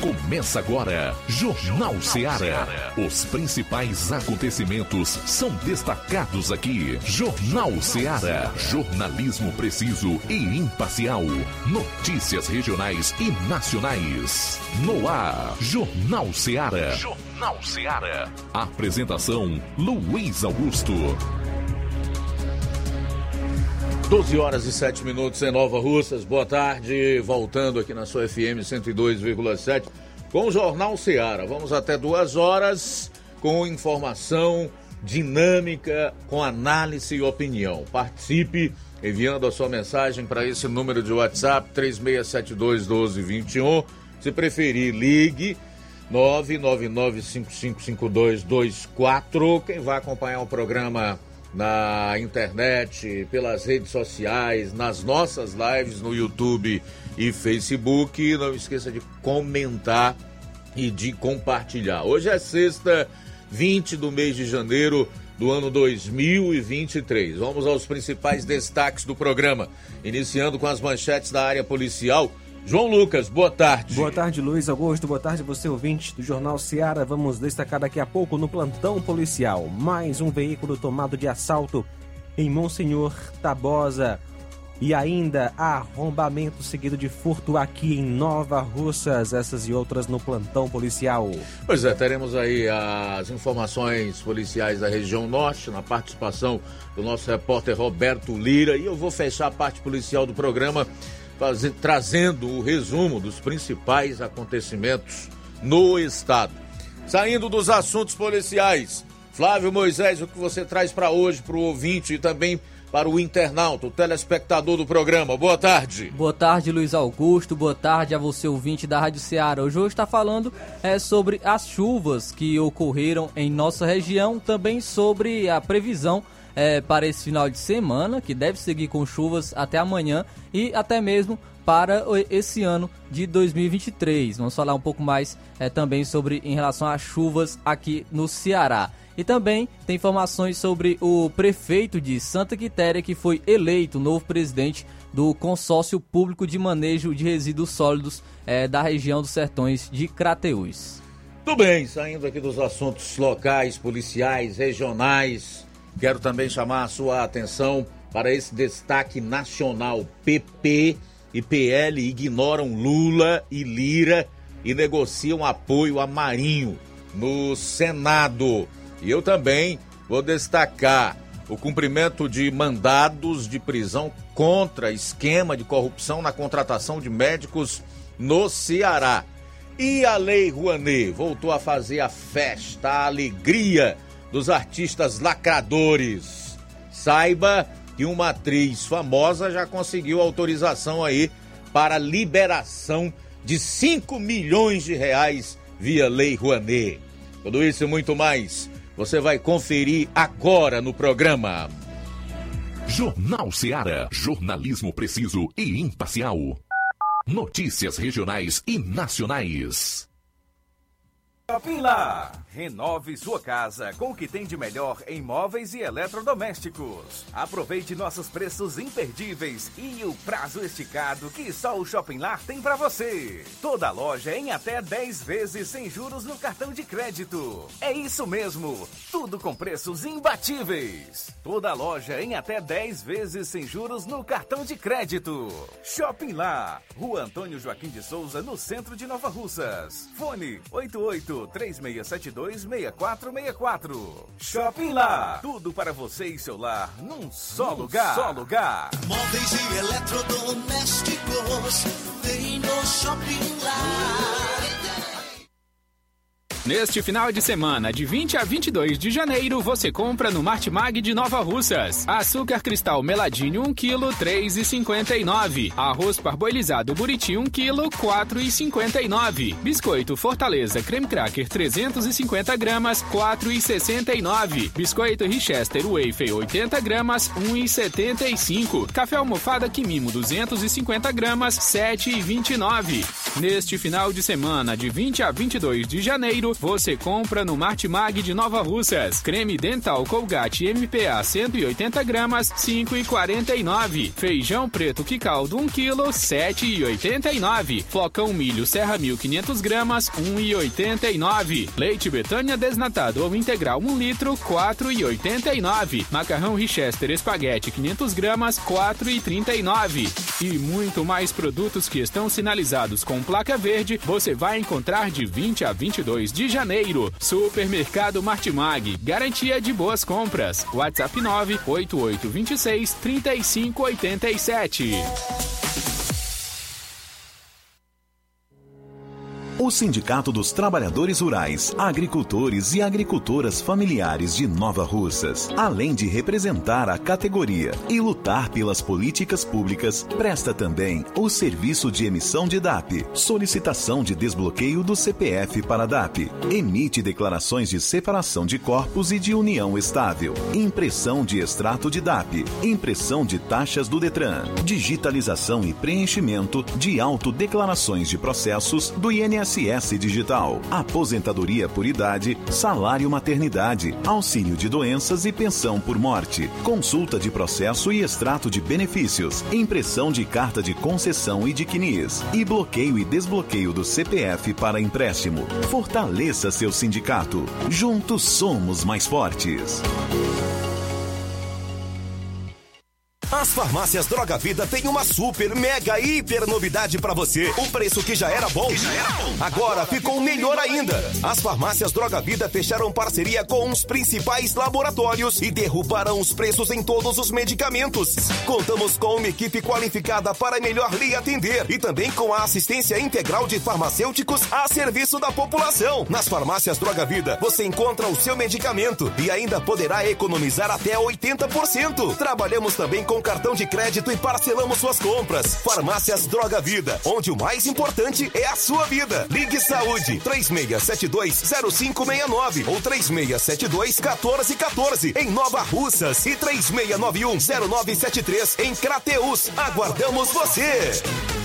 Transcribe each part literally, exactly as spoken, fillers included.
Começa agora, Jornal Ceará. Os principais acontecimentos são destacados aqui. Jornal Ceará. Jornalismo preciso e imparcial. Notícias regionais e nacionais. No ar, Jornal Ceará. Jornal Ceará. Apresentação, Luiz Augusto. doze horas e sete minutos em Nova Russas. Boa tarde, voltando aqui na sua F M cento e dois vírgula sete com o Jornal Ceará. Vamos até duas horas com informação dinâmica, com análise e opinião. Participe enviando a sua mensagem para esse número de WhatsApp três seis sete dois, um dois dois um. Se preferir, ligue nove nove nove cinco cinco cinco dois dois quatro. Quem vai acompanhar o programa na internet, pelas redes sociais, nas nossas lives no YouTube e Facebook, não esqueça de comentar e de compartilhar. Hoje é sexta, vinte do mês de janeiro do ano dois mil e vinte e três. Vamos aos principais destaques do programa, iniciando com as manchetes da área policial. João Lucas, boa tarde. Boa tarde, Luiz Augusto. Boa tarde, você ouvinte do Jornal Ceará. Vamos destacar daqui a pouco no plantão policial. Mais um veículo tomado de assalto em Monsenhor Tabosa. E ainda arrombamento seguido de furto aqui em Nova Russas. Essas e outras no plantão policial. Pois é, teremos aí as informações policiais da região norte, na participação do nosso repórter Roberto Lira. E eu vou fechar a parte policial do programa Fazendo, trazendo o resumo dos principais acontecimentos no estado. Saindo dos assuntos policiais, Flávio Moisés, o que você traz para hoje, para o ouvinte e também para o internauta, o telespectador do programa? Boa tarde. Boa tarde, Luiz Augusto. Boa tarde a você, ouvinte da Rádio Ceará. Hoje está falando é, sobre as chuvas que ocorreram em nossa região, também sobre a previsão É, para esse final de semana, que deve seguir com chuvas até amanhã e até mesmo para esse ano de dois mil e vinte e três. Vamos falar um pouco mais é, também sobre em relação às chuvas aqui no Ceará. E também tem informações sobre o prefeito de Santa Quitéria, que foi eleito novo presidente do Consórcio Público de Manejo de Resíduos Sólidos é, da região dos Sertões de Crateús. Tudo bem, saindo aqui dos assuntos locais, policiais, regionais, quero também chamar a sua atenção para esse destaque nacional. P P e P L ignoram Lula e Lira e negociam apoio a Marinho no Senado. E eu também vou destacar o cumprimento de mandados de prisão contra esquema de corrupção na contratação de médicos no Ceará. E a Lei Rouanet voltou a fazer a festa, a alegria dos artistas lacradores. Saiba que uma atriz famosa já conseguiu autorização aí para liberação de cinco milhões de reais via Lei Rouanet. Tudo isso e muito mais você vai conferir agora no programa. Jornal Ceará. Jornalismo preciso e imparcial. Notícias regionais e nacionais. Shopping Lá. Renove sua casa com o que tem de melhor em móveis e eletrodomésticos. Aproveite nossos preços imperdíveis e o prazo esticado que só o Shopping Lá tem para você. Toda loja em até dez vezes sem juros no cartão de crédito. É isso mesmo, tudo com preços imbatíveis. Toda loja em até dez vezes sem juros no cartão de crédito. Shopping Lá, Rua Antônio Joaquim de Souza, no centro de Nova Russas. Fone oito oito três seis sete dois seis quatro seis quatro. Shopping Lá, tudo para você e seu lar num só num lugar. Só lugar. Móveis e eletrodomésticos, vem no Shopping Lá. Neste final de semana, de vinte a vinte e dois de janeiro, você compra no Martimag de Nova Russas. Açúcar cristal meladinho um quilo, três reais e cinquenta e nove centavos. Arroz parboilizado Buriti um quilo, quatro reais e cinquenta e nove centavos. Biscoito Fortaleza creme cracker trezentos e cinquenta gramas, quatro reais e sessenta e nove centavos. Biscoito Richester Wafer oitenta gramas, um real e setenta e cinco centavos. Café almofada Quimimo duzentos e cinquenta gramas, sete reais e vinte e nove centavos. Neste final de semana, de vinte a vinte e dois de janeiro, janeiro, você compra no Martimag de Nova Russas. Creme dental Colgate M P A cento e oitenta gramas, cinco reais e quarenta e nove centavos. Feijão preto Quicaldo um quilo, sete reais e oitenta e nove centavos. Flocão milho Serra mil quinhentas gramas, um real e oitenta e nove centavos. Leite Betânia desnatado ou integral um litro, quatro reais e oitenta e nove centavos. Macarrão Richester Espaguete quinhentas gramas, quatro reais e trinta e nove centavos. E muito mais produtos que estão sinalizados com placa verde, você vai encontrar de vinte a vinte e dois de janeiro. Supermercado Martimag, garantia de boas compras. WhatsApp nove oito oito dois seis, três cinco oito sete. O Sindicato dos Trabalhadores Rurais, Agricultores e Agricultoras Familiares de Nova Russas, além de representar a categoria e lutar pelas políticas públicas, presta também o serviço de emissão de D A P, solicitação de desbloqueio do C P F para D A P, emite declarações de separação de corpos e de união estável, impressão de extrato de D A P, impressão de taxas do Detran, digitalização e preenchimento de autodeclarações de processos do I N S S Digital, aposentadoria por idade, salário maternidade, auxílio de doenças e pensão por morte, consulta de processo e extrato de benefícios, impressão de carta de concessão e de C N I S, e bloqueio e desbloqueio do C P F para empréstimo. Fortaleça seu sindicato. Juntos somos mais fortes. As farmácias Droga Vida têm uma super, mega, hiper novidade pra você. O preço que já era bom, que já era bom. Agora ficou melhor ainda. As farmácias Droga Vida fecharam parceria com os principais laboratórios e derrubaram os preços em todos os medicamentos. Contamos com uma equipe qualificada para melhor lhe atender e também com a assistência integral de farmacêuticos a serviço da população. Nas farmácias Droga Vida, você encontra o seu medicamento e ainda poderá economizar até oitenta por cento. Trabalhamos também com cartão de crédito e parcelamos suas compras. Farmácias Droga Vida, onde o mais importante é a sua vida. Ligue Saúde três seis sete dois zero cinco seis nove ou três seis sete dois um quatro um quatro em Nova Russas e três seis nove um zero nove sete três em Crateús. Aguardamos você!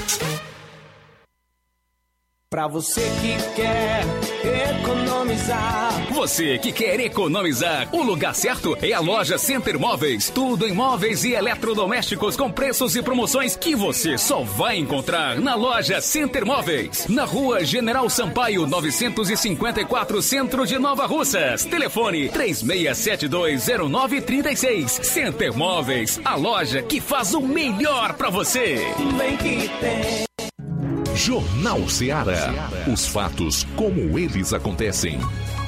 Pra você que quer economizar. Você que quer economizar, o lugar certo é a loja Center Móveis. Tudo em móveis e eletrodomésticos com preços e promoções que você só vai encontrar na loja Center Móveis. Na rua General Sampaio, novecentos e cinquenta e quatro, Centro de Nova Russas. Telefone três seis sete dois zero nove três seis. Center Móveis, a loja que faz o melhor pra você. Vem que tem. Jornal Ceará. Os fatos como eles acontecem.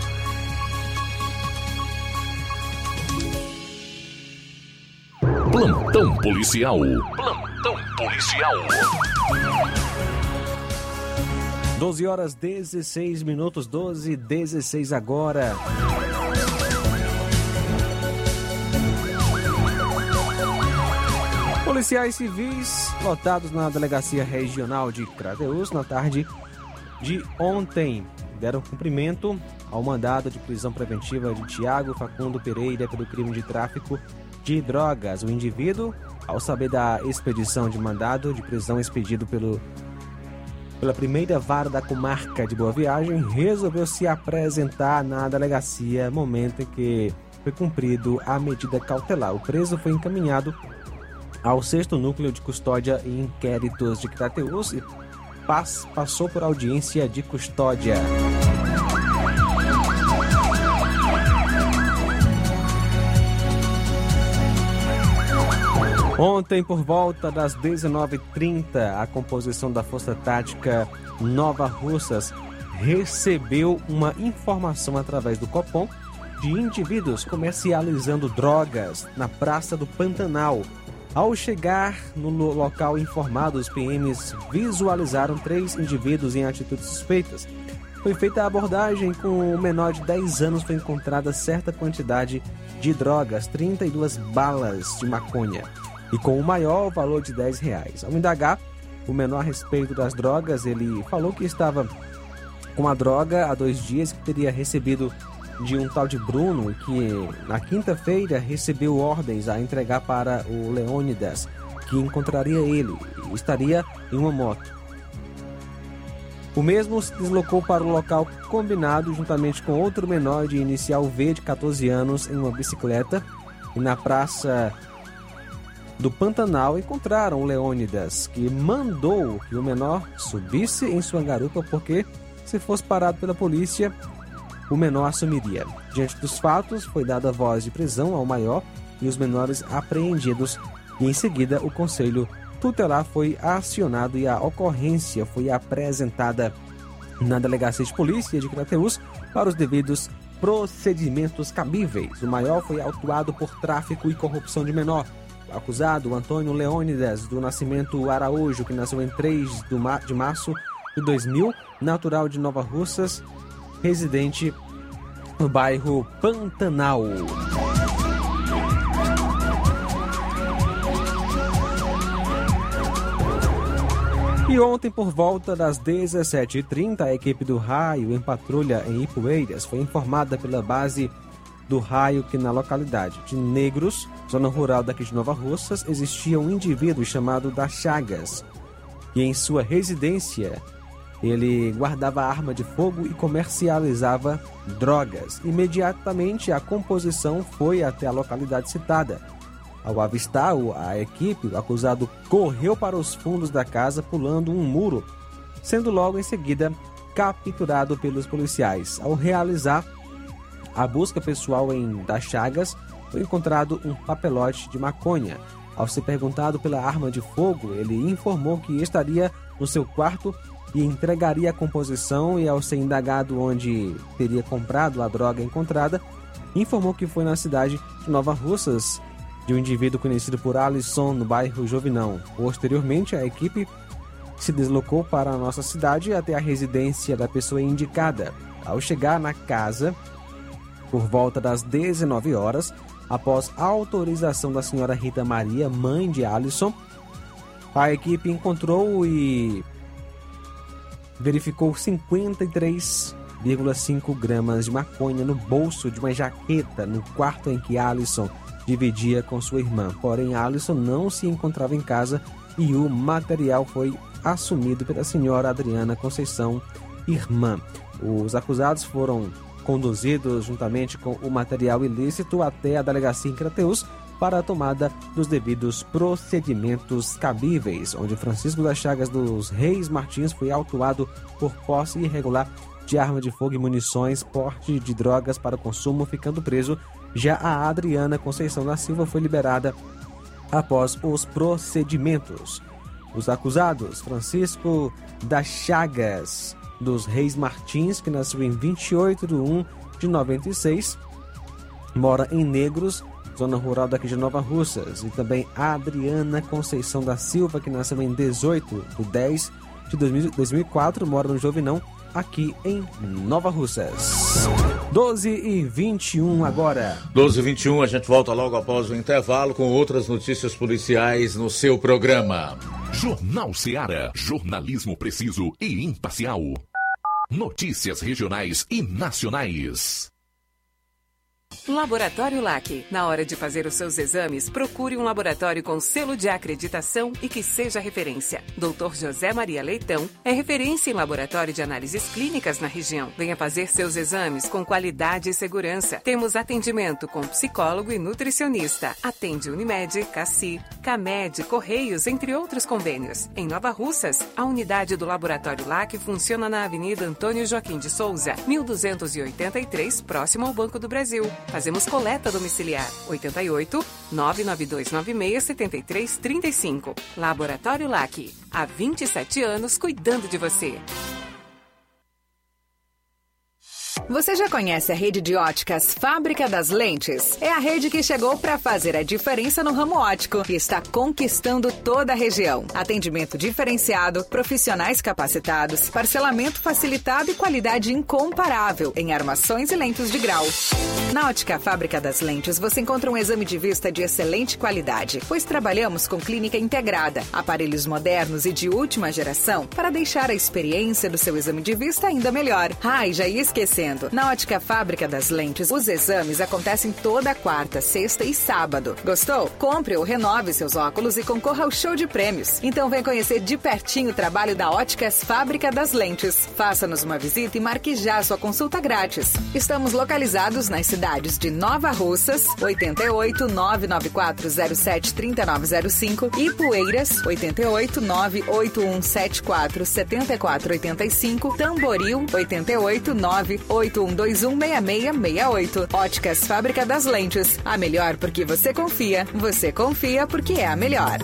Plantão policial. Plantão policial. doze horas dezesseis minutos, doze e dezesseis agora. Policiais civis lotados na Delegacia Regional de Crateús na tarde de ontem deram cumprimento ao mandado de prisão preventiva de Tiago Facundo Pereira pelo crime de tráfico de drogas. O indivíduo, ao saber da expedição de mandado de prisão expedido pelo, pela primeira vara da comarca de Boa Viagem, resolveu se apresentar na delegacia, momento em que foi cumprido a medida cautelar. O preso foi encaminhado ao sexto núcleo de custódia e inquéritos de Crateús e pass, passou por audiência de custódia. Ontem, por volta das dezenove e trinta, a composição da Força Tática Nova Russas recebeu uma informação através do Copom de indivíduos comercializando drogas na Praça do Pantanal. Ao chegar no local informado, os P Ms visualizaram três indivíduos em atitudes suspeitas. Foi feita a abordagem. Com um menor de dez anos foi encontrada certa quantidade de drogas, trinta e duas balas de maconha, e com o maior o valor de dez reais. Ao indagar o menor a respeito das drogas, ele falou que estava com a droga há dois dias, que teria recebido de um tal de Bruno e que na quinta-feira recebeu ordens a entregar para o Leônidas, que encontraria ele e estaria em uma moto. O mesmo se deslocou para o local combinado juntamente com outro menor de inicial V de catorze anos em uma bicicleta e na praça do Pantanal encontraram o Leônidas, que mandou que o menor subisse em sua garupa porque, se fosse parado pela polícia, o menor assumiria. Diante dos fatos, foi dada voz de prisão ao maior e os menores apreendidos e em seguida o Conselho Tutelar foi acionado e a ocorrência foi apresentada na Delegacia de Polícia de Crateús para os devidos procedimentos cabíveis. O maior foi autuado por tráfico e corrupção de menor. O acusado, Antônio Leônidas do Nascimento Araújo, que nasceu em três de março de dois mil, natural de Nova Russas, residente no bairro Pantanal. E ontem, por volta das dezessete e trinta, a equipe do Raio, em patrulha em Ipueiras, foi informada pela base do Raio que na localidade de Negros, zona rural daqui de Nova Russas, existia um indivíduo chamado Das Chagas, e em sua residência ele guardava arma de fogo e comercializava drogas. Imediatamente a composição foi até a localidade citada. Ao avistar a equipe, o acusado correu para os fundos da casa pulando um muro, sendo logo em seguida capturado pelos policiais. Ao realizar a busca pessoal em Das Chagas, foi encontrado um papelote de maconha. Ao ser perguntado pela arma de fogo, ele informou que estaria no seu quarto e entregaria a composição, e ao ser indagado onde teria comprado a droga encontrada, informou que foi na cidade de Nova Russas, de um indivíduo conhecido por Alisson, no bairro Jovinão. Posteriormente, a equipe se deslocou para a nossa cidade até a residência da pessoa indicada. Ao chegar na casa, por volta das dezenove horas, após autorização da senhora Rita Maria, mãe de Alisson, a equipe encontrou e verificou cinquenta e três vírgula cinco gramas de maconha no bolso de uma jaqueta no quarto em que Alisson dividia com sua irmã. Porém, Alisson não se encontrava em casa e o material foi assumido pela senhora Adriana Conceição, irmã. Os acusados foram conduzidos juntamente com o material ilícito até a delegacia em Crateús para a tomada dos devidos procedimentos cabíveis, onde Francisco das Chagas dos Reis Martins foi autuado por posse irregular de arma de fogo e munições, porte de drogas para consumo, ficando preso. Já a Adriana Conceição da Silva foi liberada após os procedimentos. Os acusados, Francisco das Chagas dos Reis Martins, que nasceu em vinte e oito de um de noventa e seis, mora em Negros, zona rural daqui de Nova Russas, e também a Adriana Conceição da Silva, que nasceu em dezoito de dez de dois mil e quatro, mora no Jovinão, aqui em Nova Russas. doze e vinte e um agora. doze e vinte e um, a gente volta logo após o intervalo com outras notícias policiais no seu programa. Jornal Ceará, jornalismo preciso e imparcial. Notícias regionais e nacionais. Laboratório L A C. Na hora de fazer os seus exames, procure um laboratório com selo de acreditação e que seja referência. doutor José Maria Leitão é referência em laboratório de análises clínicas na região. Venha fazer seus exames com qualidade e segurança. Temos atendimento com psicólogo e nutricionista. Atende Unimed, Cassi, Camed, Correios, entre outros convênios. Em Nova Russas, a unidade do Laboratório L A C funciona na Avenida Antônio Joaquim de Souza, mil duzentos e oitenta e três, próximo ao Banco do Brasil. Fazemos coleta domiciliar. oito oito, nove nove dois nove seis, sete três três cinco. Laboratório L A C. Há vinte e sete anos cuidando de você. Você já conhece a rede de óticas Fábrica das Lentes? É a rede que chegou para fazer a diferença no ramo óptico e está conquistando toda a região. Atendimento diferenciado, profissionais capacitados, parcelamento facilitado e qualidade incomparável em armações e lentes de grau. Na Ótica Fábrica das Lentes, você encontra um exame de vista de excelente qualidade, pois trabalhamos com clínica integrada, aparelhos modernos e de última geração para deixar a experiência do seu exame de vista ainda melhor. Ah, e já ia esquecendo, na Ótica Fábrica das Lentes, os exames acontecem toda quarta, sexta e sábado. Gostou? Compre ou renove seus óculos e concorra ao show de prêmios. Então vem conhecer de pertinho o trabalho da Óticas Fábrica das Lentes. Faça-nos uma visita e marque já sua consulta grátis. Estamos localizados nas cidades de Nova Russas, oito oito, nove nove quatro zero sete, três nove zero cinco, e Ipueiras, oito oito, nove oito um sete quatro, sete quatro oito cinco, Tamboril, oito oito, nove oito um dois um, seis seis seis oito. Óticas Fábrica das Lentes, a melhor porque você confia, você confia porque é a melhor.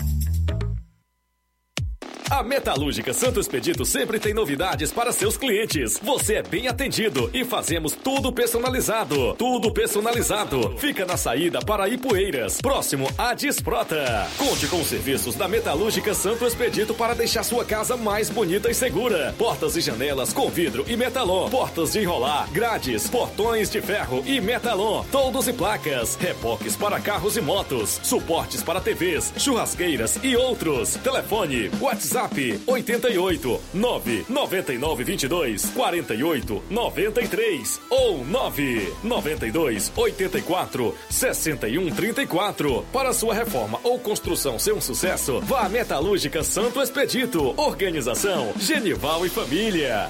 A Metalúrgica Santo Expedito sempre tem novidades para seus clientes. Você é bem atendido e fazemos tudo personalizado. Tudo personalizado. Fica na saída para Ipueiras, próximo à Desprota. Conte com os serviços da Metalúrgica Santo Expedito para deixar sua casa mais bonita e segura. Portas e janelas com vidro e metalon. Portas de enrolar, grades, portões de ferro e metalon. Toldos e placas. Reboques para carros e motos. Suportes para T Vs, churrasqueiras e outros. Telefone, WhatsApp. WhatsApp oito oito, nove nove nove dois dois, quatro oito nove três ou nove nove dois, oito quatro, seis um três quatro. Para sua reforma ou construção ser um sucesso, vá à Metalúrgica Santo Expedito. Organização Genival e Família.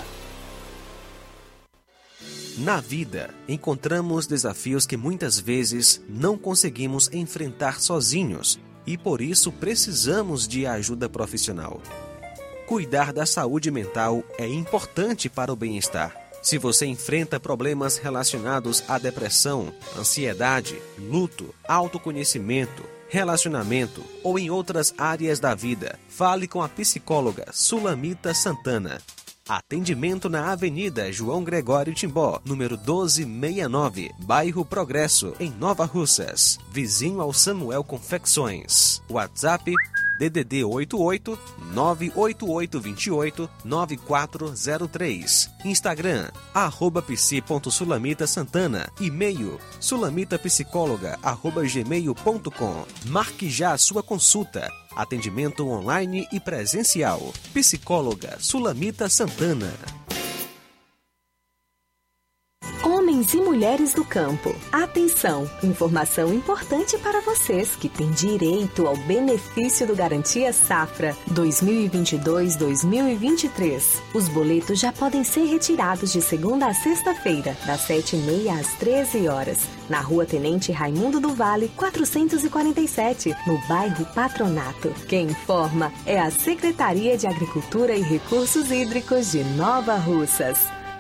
Na vida, encontramos desafios que muitas vezes não conseguimos enfrentar sozinhos e por isso precisamos de ajuda profissional. Cuidar da saúde mental é importante para o bem-estar. Se você enfrenta problemas relacionados à depressão, ansiedade, luto, autoconhecimento, relacionamento ou em outras áreas da vida, fale com a psicóloga Sulamita Santana. Atendimento na Avenida João Gregório Timbó, número doze sessenta e nove, bairro Progresso, em Nova Russas, vizinho ao Samuel Confecções. WhatsApp D D D oito oito, nove oito oito dois oito, nove quatro zero três. Instagram, arroba psi.sulamitasantana. E-mail, sulamitapsicóloga, arroba gmail ponto com. Marque já a sua consulta. Atendimento online e presencial. Psicóloga Sulamita Santana. Homens e mulheres do campo, atenção! Informação importante para vocês que têm direito ao benefício do Garantia Safra dois mil e vinte e dois a dois mil e vinte e três. Os boletos já podem ser retirados de segunda a sexta-feira, das sete e meia às treze horas, na Rua Tenente Raimundo do Vale, quatrocentos e quarenta e sete, no bairro Patronato. Quem informa é a Secretaria de Agricultura e Recursos Hídricos de Nova Russas.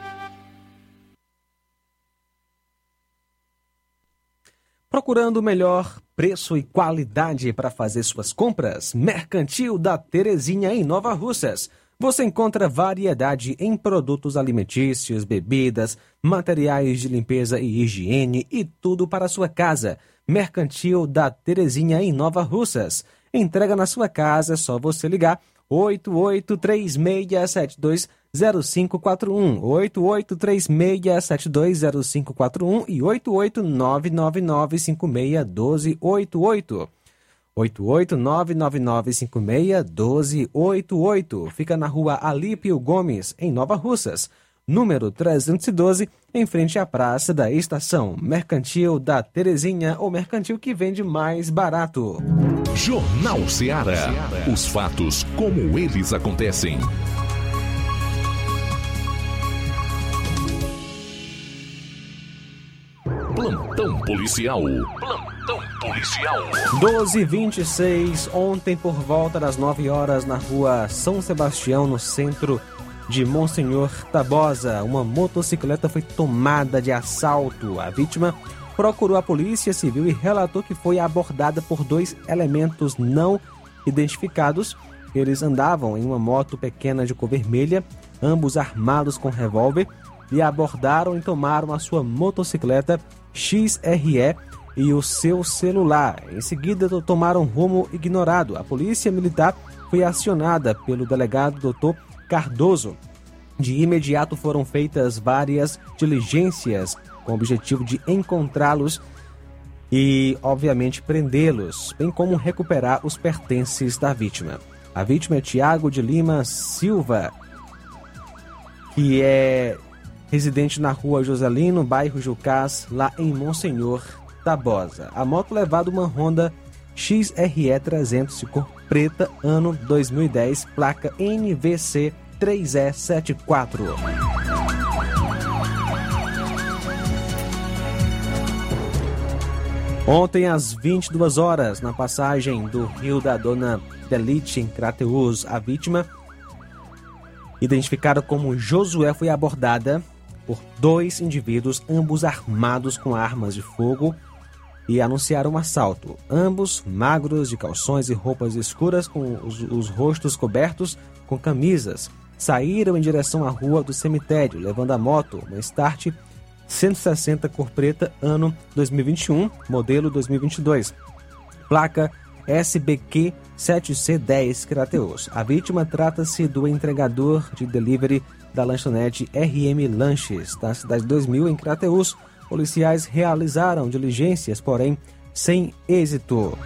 Procurando o melhor preço e qualidade para fazer suas compras? Mercantil da Terezinha em Nova Russas. Você encontra variedade em produtos alimentícios, bebidas, materiais de limpeza e higiene e tudo para a sua casa. Mercantil da Terezinha em Nova Russas. Entrega na sua casa, é só você ligar oito oito três seis sete dois zero cinco quatro um, oito oito três seis sete dois zero cinco quatro um e oito oito nove nove nove cinco seis um dois oito oito. oito oito nove nove nove cinco seis um dois oito oito. Fica na Rua Alípio Gomes, em Nova Russas, número trezentos e doze, em frente à Praça da Estação. Mercantil da Terezinha, o mercantil que vende mais barato. Jornal Ceará. Os fatos como eles acontecem. Plantão policial. Plantão policial. doze e vinte e seis, ontem por volta das nove horas, na Rua São Sebastião, no centro de Monsenhor Tabosa, uma motocicleta foi tomada de assalto. A vítima procurou a Polícia Civil e relatou que foi abordada por dois elementos não identificados. Eles andavam em uma moto pequena de cor vermelha, ambos armados com revólver, e abordaram e tomaram a sua motocicleta X R E e o seu celular. Em seguida, tomaram rumo ignorado. A Polícia Militar foi acionada pelo delegado doutor Cardoso. De imediato foram feitas várias diligências com o objetivo de encontrá-los e, obviamente, prendê-los, bem como recuperar os pertences da vítima. A vítima é Tiago de Lima Silva, que é residente na rua Joselino, bairro Jucás, lá em Monsenhor Tabosa. A moto levada uma Honda X R E trezentos de cor preta, ano dois mil e dez, placa N V C três E sete quatro. Ontem, às vinte e duas horas, na passagem do Rio da Dona Delite, em Crateús, a vítima, identificada como Josué, foi abordada por dois indivíduos, ambos armados com armas de fogo, e anunciaram um assalto. Ambos magros, de calções e roupas escuras, com os, os rostos cobertos com camisas, saíram em direção à rua do cemitério, levando a moto, uma Start cento e sessenta cor preta, ano dois mil e vinte e um, modelo dois mil e vinte e dois, placa S B Q sete C dez, Crateús. A vítima trata-se do entregador de delivery da lanchonete R M Lanches, da cidade de dois mil, em Crateús. Policiais realizaram diligências, porém sem êxito.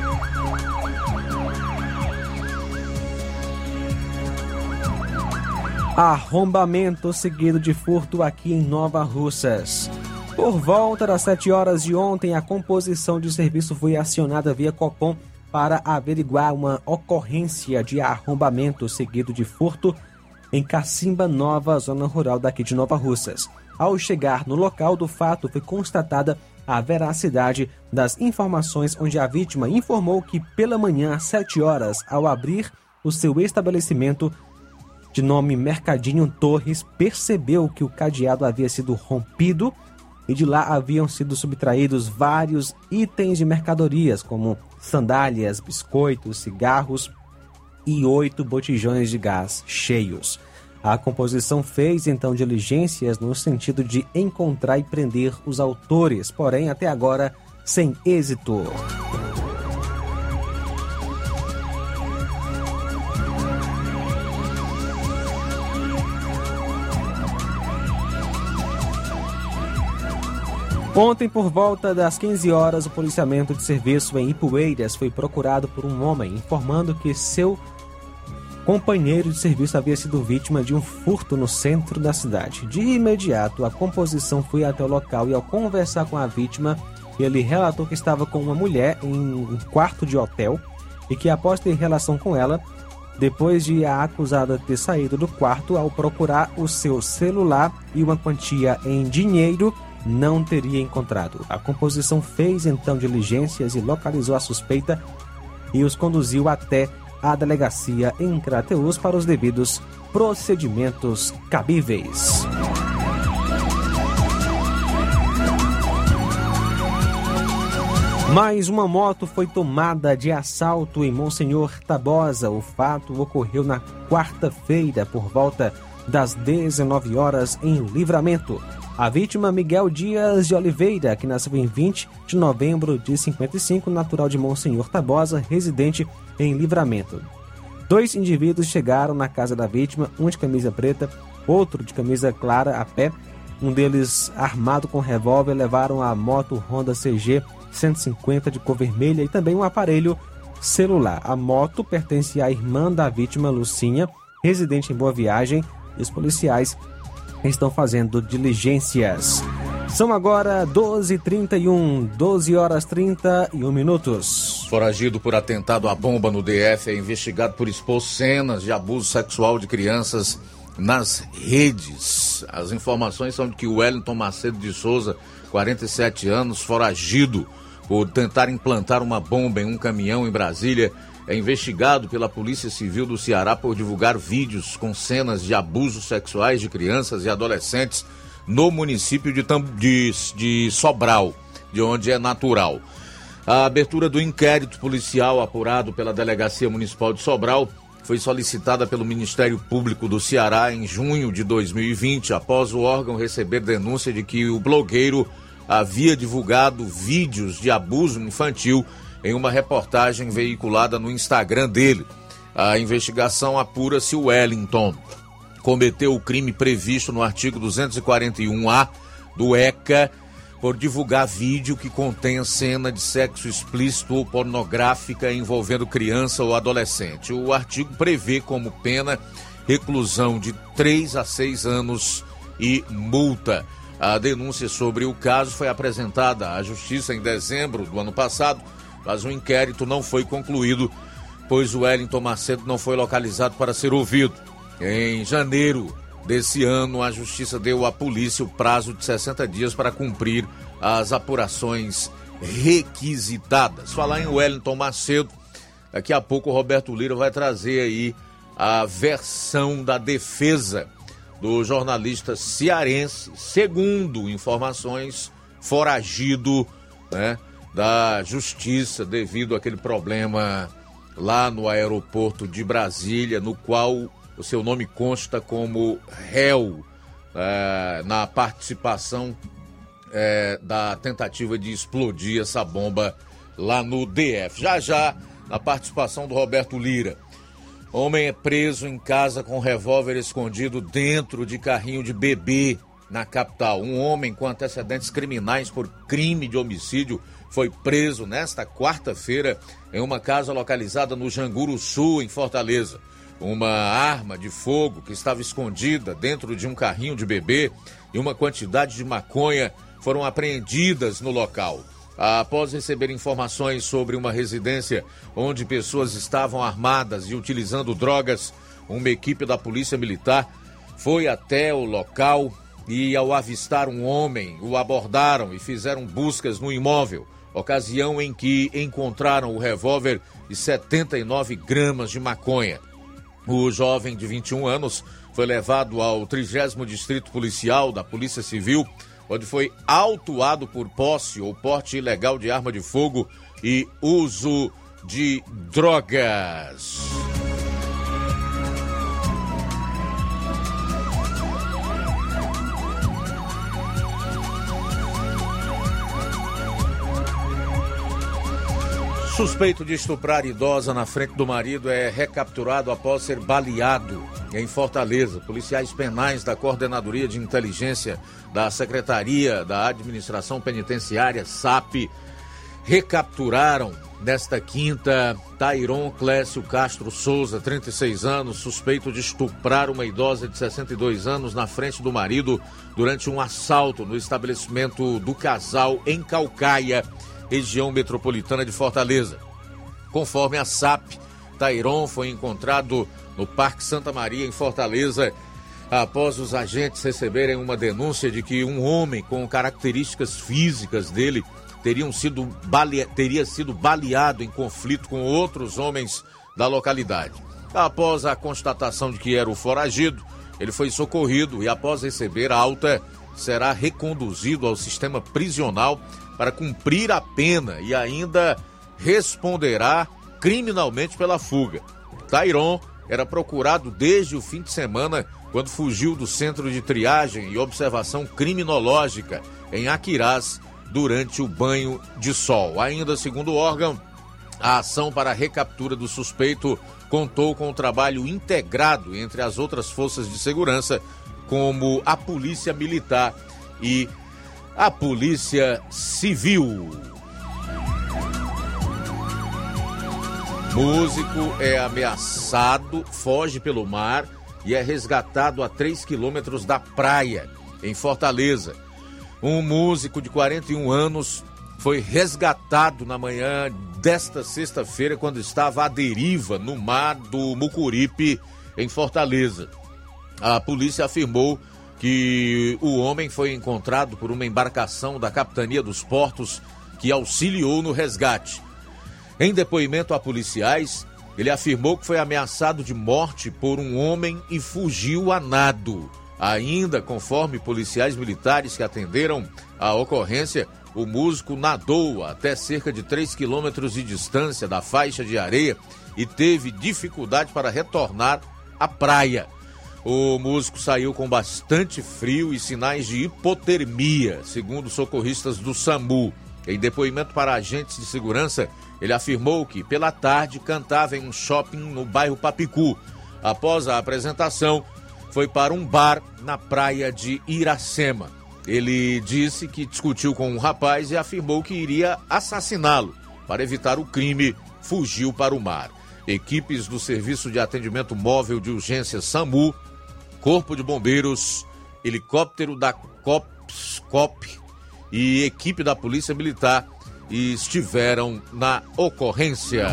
Arrombamento seguido de furto aqui em Nova Russas. Por volta das sete horas de ontem, a composição de serviço foi acionada via Copom para averiguar uma ocorrência de arrombamento seguido de furto em Cacimba Nova, zona rural daqui de Nova Russas. Ao chegar no local do fato, foi constatada a veracidade das informações, onde a vítima informou que pela manhã, às sete horas, ao abrir o seu estabelecimento de nome Mercadinho Torres, percebeu que o cadeado havia sido rompido e de lá haviam sido subtraídos vários itens de mercadorias, como sandálias, biscoitos, cigarros e oito botijões de gás cheios. A composição fez, então, diligências no sentido de encontrar e prender os autores, porém, até agora, sem êxito. Ontem, por volta das quinze horas, o policiamento de serviço em Ipueiras foi procurado por um homem, informando que seu companheiro de serviço havia sido vítima de um furto no centro da cidade. De imediato, a composição foi até o local e, ao conversar com a vítima, ele relatou que estava com uma mulher em um quarto de hotel e que, após ter relação com ela, depois de a acusada ter saído do quarto, ao procurar o seu celular e uma quantia em dinheiro, não teria encontrado. A composição fez então diligências e localizou a suspeita e os conduziu até a delegacia em Crateús para os devidos procedimentos cabíveis. Mais uma moto foi tomada de assalto em Monsenhor Tabosa. O fato ocorreu na quarta-feira por volta das dezenove horas em Livramento. A vítima, Miguel Dias de Oliveira, que nasceu em vinte de novembro de cinquenta e cinco, natural de Monsenhor Tabosa, residente em Livramento. Dois indivíduos chegaram na casa da vítima, um de camisa preta, outro de camisa clara a pé. Um deles, armado com revólver, levaram a moto Honda C G cento e cinquenta de cor vermelha e também um aparelho celular. A moto pertence à irmã da vítima, Lucinha, residente em Boa Viagem, e os policiais estão fazendo diligências. São agora doze e trinta e um, doze horas e trinta e um minutos. Foragido por atentado à bomba no D F, é investigado por expor cenas de abuso sexual de crianças nas redes. As informações são de que o Wellington Macedo de Souza, quarenta e sete anos, foragido por tentar implantar uma bomba em um caminhão em Brasília, é investigado pela Polícia Civil do Ceará por divulgar vídeos com cenas de abusos sexuais de crianças e adolescentes no município de, Tam- de, de Sobral, de onde é natural. A abertura do inquérito policial apurado pela Delegacia Municipal de Sobral foi solicitada pelo Ministério Público do Ceará em junho de dois mil e vinte, após o órgão receber denúncia de que o blogueiro havia divulgado vídeos de abuso infantil em uma reportagem veiculada no Instagram dele. A investigação apura se o Wellington cometeu o crime previsto no artigo duzentos e quarenta e um A do ECA por divulgar vídeo que contém cena de sexo explícito ou pornográfica envolvendo criança ou adolescente. O artigo prevê como pena reclusão de três a seis anos e multa. A denúncia sobre o caso foi apresentada à Justiça em dezembro do ano passado, mas o inquérito não foi concluído, pois o Wellington Macedo não foi localizado para ser ouvido. Em janeiro desse ano, a Justiça deu à polícia o prazo de sessenta dias para cumprir as apurações requisitadas. Falar em Wellington Macedo, daqui a pouco o Roberto Lira vai trazer aí a versão da defesa do jornalista cearense, segundo informações, foragido, né, da justiça devido àquele problema lá no aeroporto de Brasília, no qual o seu nome consta como réu é, na participação é, da tentativa de explodir essa bomba lá no D F. Já já, na participação do Roberto Lira. Homem é preso em casa com revólver escondido dentro de carrinho de bebê na capital. Um homem com antecedentes criminais por crime de homicídio foi preso nesta quarta-feira em uma casa localizada no Janguru Sul, em Fortaleza. Uma arma de fogo que estava escondida dentro de um carrinho de bebê e uma quantidade de maconha foram apreendidas no local. Após receber informações sobre uma residência onde pessoas estavam armadas e utilizando drogas, uma equipe da Polícia Militar foi até o local e, ao avistar um homem, o abordaram e fizeram buscas no imóvel, ocasião em que encontraram o revólver e setenta e nove gramas de maconha. O jovem de vinte e um anos foi levado ao trigésimo Distrito Policial da Polícia Civil, onde foi autuado por posse ou porte ilegal de arma de fogo e uso de drogas. Suspeito de estuprar idosa na frente do marido é recapturado após ser baleado em Fortaleza. Policiais penais da Coordenadoria de Inteligência da Secretaria da Administração Penitenciária, S A P, recapturaram nesta quinta Tairon Clécio Castro Souza, trinta e seis anos, suspeito de estuprar uma idosa de sessenta e dois anos na frente do marido durante um assalto no estabelecimento do casal em Caucaia, região metropolitana de Fortaleza. Conforme a S A P, Tairon foi encontrado no Parque Santa Maria, em Fortaleza, após os agentes receberem uma denúncia de que um homem com características físicas dele teriam sido bale... teria sido baleado em conflito com outros homens da localidade. Após a constatação de que era o foragido, ele foi socorrido e, após receber alta, será reconduzido ao sistema prisional para cumprir a pena e ainda responderá criminalmente pela fuga. Tairon era procurado desde o fim de semana, quando fugiu do Centro de Triagem e Observação Criminológica em Aquirás durante o banho de sol. Ainda segundo o órgão, a ação para a recaptura do suspeito contou com o trabalho integrado entre as outras forças de segurança, como a Polícia Militar e a Polícia Civil. Músico é ameaçado, foge pelo mar e é resgatado a três quilômetros da praia, em Fortaleza. Um músico de quarenta e um anos foi resgatado na manhã desta sexta-feira, quando estava à deriva no mar do Mucuripe, em Fortaleza. A polícia afirmou que o homem foi encontrado por uma embarcação da Capitania dos Portos que auxiliou no resgate. Em depoimento a policiais, ele afirmou que foi ameaçado de morte por um homem e fugiu a nado. Ainda, conforme policiais militares que atenderam a ocorrência, o músico nadou até cerca de três quilômetros de distância da faixa de areia e teve dificuldade para retornar à praia. O músico saiu com bastante frio e sinais de hipotermia, segundo socorristas do SAMU. Em depoimento para agentes de segurança, ele afirmou que, pela tarde, cantava em um shopping no bairro Papicu. Após a apresentação, foi para um bar na praia de Iracema. Ele disse que discutiu com um rapaz e afirmou que iria assassiná-lo. Para evitar o crime, fugiu para o mar. Equipes do Serviço de Atendimento Móvel de Urgência SAMU, Corpo de Bombeiros, helicóptero da COPSCOP e equipe da Polícia Militar estiveram na ocorrência.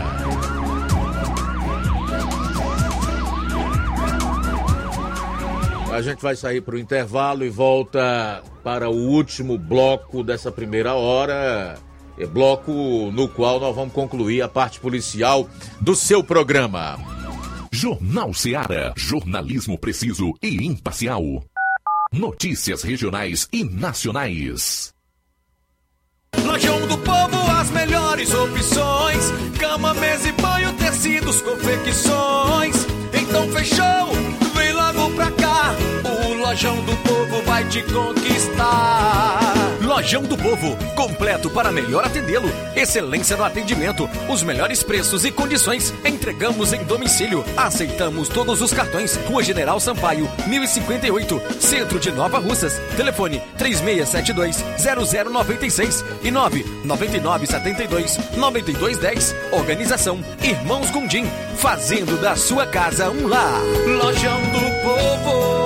A gente vai sair para o intervalo e volta para o último bloco dessa primeira hora. É bloco no qual nós vamos concluir a parte policial do seu programa. Jornal Ceará, jornalismo preciso e imparcial. Notícias regionais e nacionais. Lojão do Povo, as melhores opções: cama, mesa e banho, tecidos, confecções. Então fechou, vem logo pra cá. O Lojão do Povo vai te conquistar. Lojão do Povo, completo para melhor atendê-lo. Excelência no atendimento, os melhores preços e condições. Entregamos em domicílio. Aceitamos todos os cartões. Rua General Sampaio, mil e cinquenta e oito, Centro de Nova Russas. Telefone três seis sete dois, zero zero nove seis e nove nove nove sete dois, nove dois um zero. Organização Irmãos Gondim, fazendo da sua casa um lar. Lojão do Povo.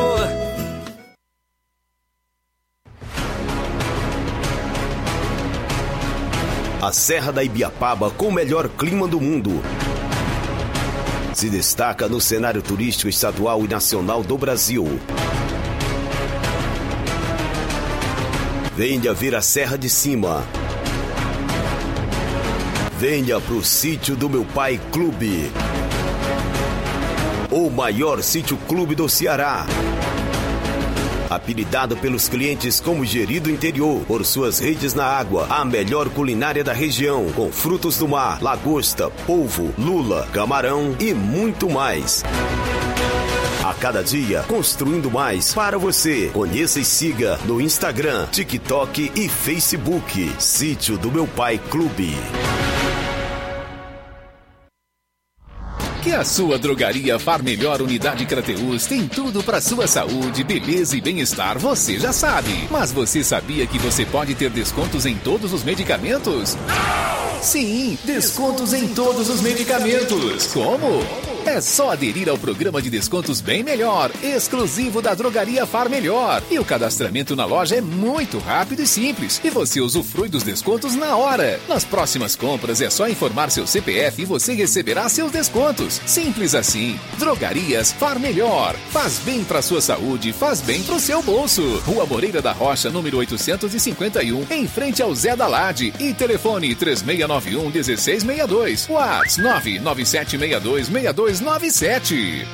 A Serra da Ibiapaba, com o melhor clima do mundo, se destaca no cenário turístico estadual e nacional do Brasil. Venha ver a Serra de Cima. Venha pro Sítio do Meu Pai Clube, o maior sítio clube do Ceará. Apelidado pelos clientes como Gerido Interior, por suas redes na água, a melhor culinária da região, com frutos do mar, lagosta, polvo, lula, camarão e muito mais. A cada dia, construindo mais para você. Conheça e siga no Instagram, TikTok e Facebook. Sítio do Meu Pai Clube. Que a sua drogaria Far Melhor Unidade Crateús tem tudo para sua saúde, beleza e bem-estar, você já sabe. Mas você sabia que você pode ter descontos em todos os medicamentos? Sim, descontos em todos os medicamentos. Como? É só aderir ao programa de descontos Bem Melhor, exclusivo da Drogaria Far Melhor. E o cadastramento na loja é muito rápido e simples. E você usufrui dos descontos na hora. Nas próximas compras é só informar seu C P F e você receberá seus descontos. Simples assim. Drogarias Far Melhor. Faz bem pra sua saúde, faz bem pro seu bolso. Rua Moreira da Rocha, número oitocentos e cinquenta e um, em frente ao Zé da Lade. E telefone três seis nove um, um seis seis dois. WhatsApp nove nove sete seis dois seis dois nove sete.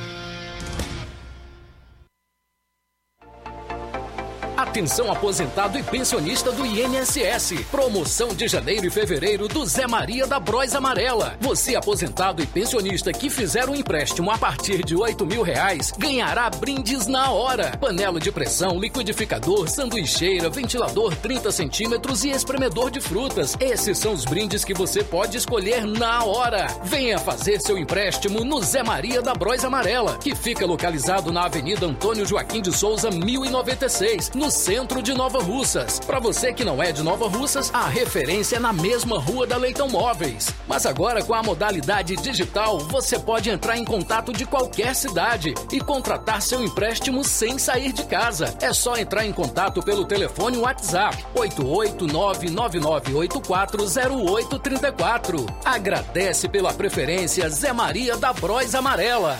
Atenção aposentado e pensionista do I N S S. Promoção de janeiro e fevereiro do Zé Maria da Bros Amarela. Você aposentado e pensionista que fizer um empréstimo a partir de oito mil reais, ganhará brindes na hora. Panela de pressão, liquidificador, sanduicheira, ventilador trinta centímetros e espremedor de frutas. Esses são os brindes que você pode escolher na hora. Venha fazer seu empréstimo no Zé Maria da Bros Amarela, que fica localizado na Avenida Antônio Joaquim de Souza, mil e noventa e seis, no centro de Nova Russas. Para você que não é de Nova Russas, a referência é na mesma rua da Leitão Móveis. Mas agora com a modalidade digital, você pode entrar em contato de qualquer cidade e contratar seu empréstimo sem sair de casa. É só entrar em contato pelo telefone WhatsApp oito oito nove nove nove oito quatro zero oito três quatro. Agradece pela preferência Zé Maria da Bros Amarela.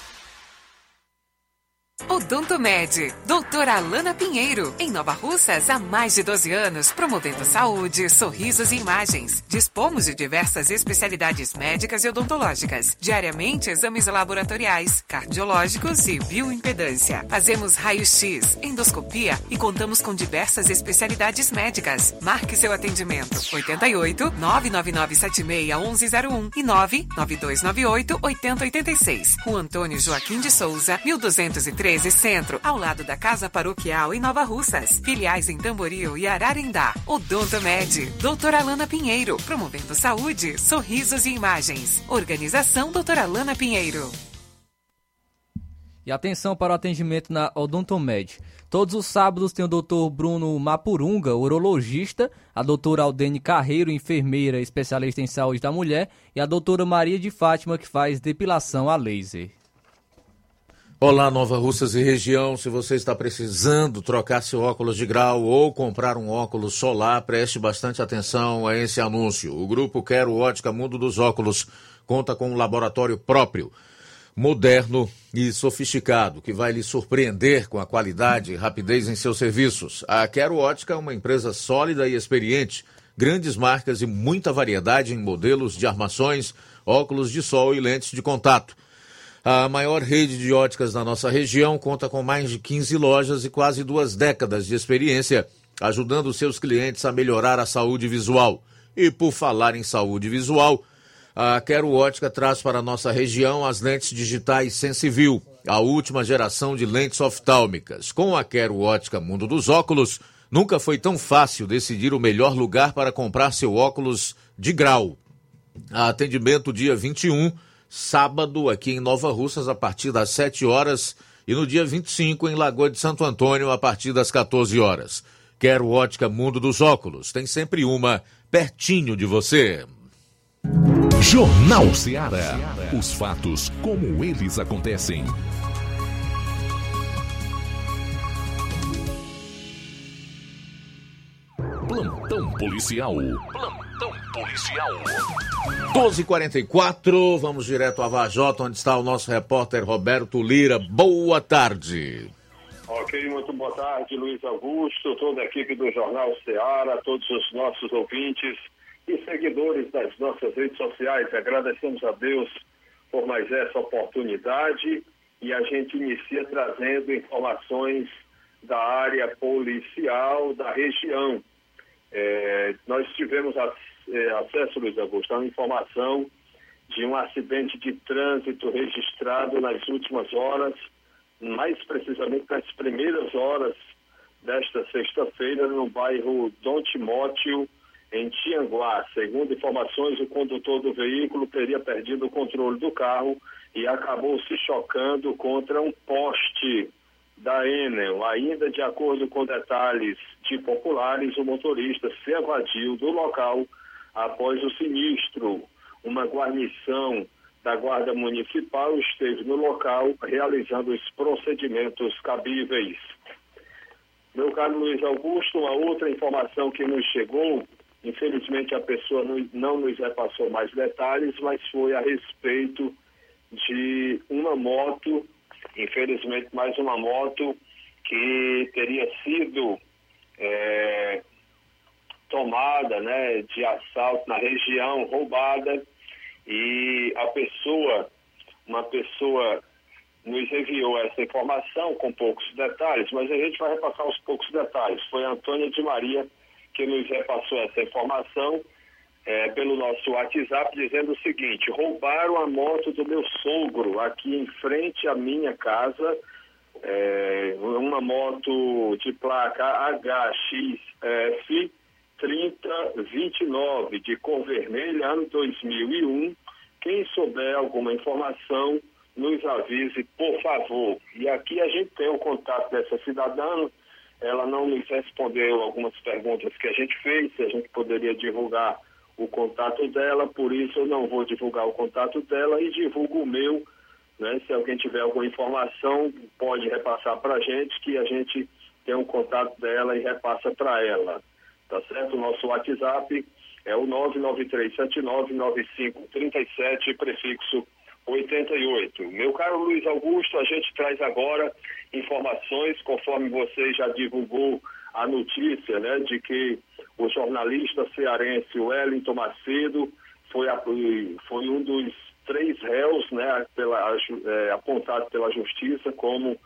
Odontomed, doutora Alana Pinheiro, em Nova Russas há mais de doze anos, promovendo saúde, sorrisos e imagens. Dispomos de diversas especialidades médicas e odontológicas. Diariamente, exames laboratoriais, cardiológicos e bioimpedância. Fazemos raio-x, endoscopia e contamos com diversas especialidades médicas. Marque seu atendimento. oito oito, nove nove nove sete seis um um zero um e nove nove dois nove oito oito zero oito seis. Rua Antônio Joaquim de Souza, mil duzentos e treze Centro, ao lado da Casa Paroquial em Nova Russas. Filiais em Tamboril e Ararendá. Odontomed, doutora Alana Pinheiro, promovendo saúde, sorrisos e imagens. Organização doutora Alana Pinheiro. E atenção para o atendimento na Odontomed. Todos os sábados tem o doutor Bruno Mapurunga, urologista, a doutora Aldene Carreiro, enfermeira especialista em saúde da mulher, e a doutora Maria de Fátima, que faz depilação a laser. Olá, Nova Russas e região. Se você está precisando trocar seu óculos de grau ou comprar um óculos solar, preste bastante atenção a esse anúncio. O grupo Quero Ótica Mundo dos Óculos conta com um laboratório próprio, moderno e sofisticado, que vai lhe surpreender com a qualidade e rapidez em seus serviços. A Quero Ótica é uma empresa sólida e experiente, grandes marcas e muita variedade em modelos de armações, óculos de sol e lentes de contato. A maior rede de óticas da nossa região conta com mais de quinze lojas e quase duas décadas de experiência, ajudando seus clientes a melhorar a saúde visual. E por falar em saúde visual, a Quero Ótica traz para a nossa região as lentes digitais Sensiview, a última geração de lentes oftálmicas. Com a Quero Ótica Mundo dos Óculos, nunca foi tão fácil decidir o melhor lugar para comprar seu óculos de grau. Atendimento dia vinte e um, sábado, aqui em Nova Russas, a partir das sete horas, e no dia vinte e cinco, em Lagoa de Santo Antônio, a partir das quatorze horas. Quero Ótica Mundo dos Óculos, tem sempre uma pertinho de você. Jornal Ceará. Os fatos como eles acontecem. Plantão policial. Plantão policial. doze e quarenta e quatro, vamos direto a Vajota, onde está o nosso repórter Roberto Lira. Boa tarde. Ok, muito boa tarde, Luiz Augusto, toda a equipe do Jornal Ceará, todos os nossos ouvintes e seguidores das nossas redes sociais. Agradecemos a Deus por mais essa oportunidade e a gente inicia trazendo informações da área policial da região. É, nós tivemos é, acesso, Luiz Augusto, a uma informação de um acidente de trânsito registrado nas últimas horas, mais precisamente nas primeiras horas desta sexta-feira, no bairro Dom Timóteo, em Tianguá. Segundo informações, o condutor do veículo teria perdido o controle do carro e acabou se chocando contra um poste da Enel. Ainda de acordo com detalhes de populares, o motorista se evadiu do local após o sinistro. Uma guarnição da Guarda Municipal esteve no local realizando os procedimentos cabíveis. Meu caro Luiz Augusto, uma outra informação que nos chegou, infelizmente a pessoa não, não nos repassou mais detalhes, mas foi a respeito de uma moto, infelizmente mais uma moto que teria sido é, tomada, né, de assalto na região, roubada, e a pessoa, uma pessoa nos enviou essa informação com poucos detalhes, mas a gente vai repassar os poucos detalhes. Foi a Antônia de Maria que nos repassou essa informação é, pelo nosso WhatsApp, dizendo o seguinte: roubaram a moto do meu sogro aqui em frente à minha casa, é, uma moto de placa H X F trinta vinte e nove, de cor vermelha, ano dois mil e um. Quem souber alguma informação, nos avise, por favor. E aqui a gente tem o contato dessa cidadã. Ela não nos respondeu algumas perguntas que a gente fez, se a gente poderia divulgar o contato dela, por isso eu não vou divulgar o contato dela e divulgo o meu, né? Se alguém tiver alguma informação, pode repassar para a gente, que a gente tem o contato dela e repassa para ela. Tá certo? O nosso WhatsApp é o nove nove três sete nove nove cinco três sete, prefixo oitenta e oito. Meu caro Luiz Augusto, a gente traz agora informações, conforme você já divulgou a notícia, né, de que o jornalista cearense Wellington Macedo foi, a, foi um dos três réus, né, pela, é, apontado pela Justiça como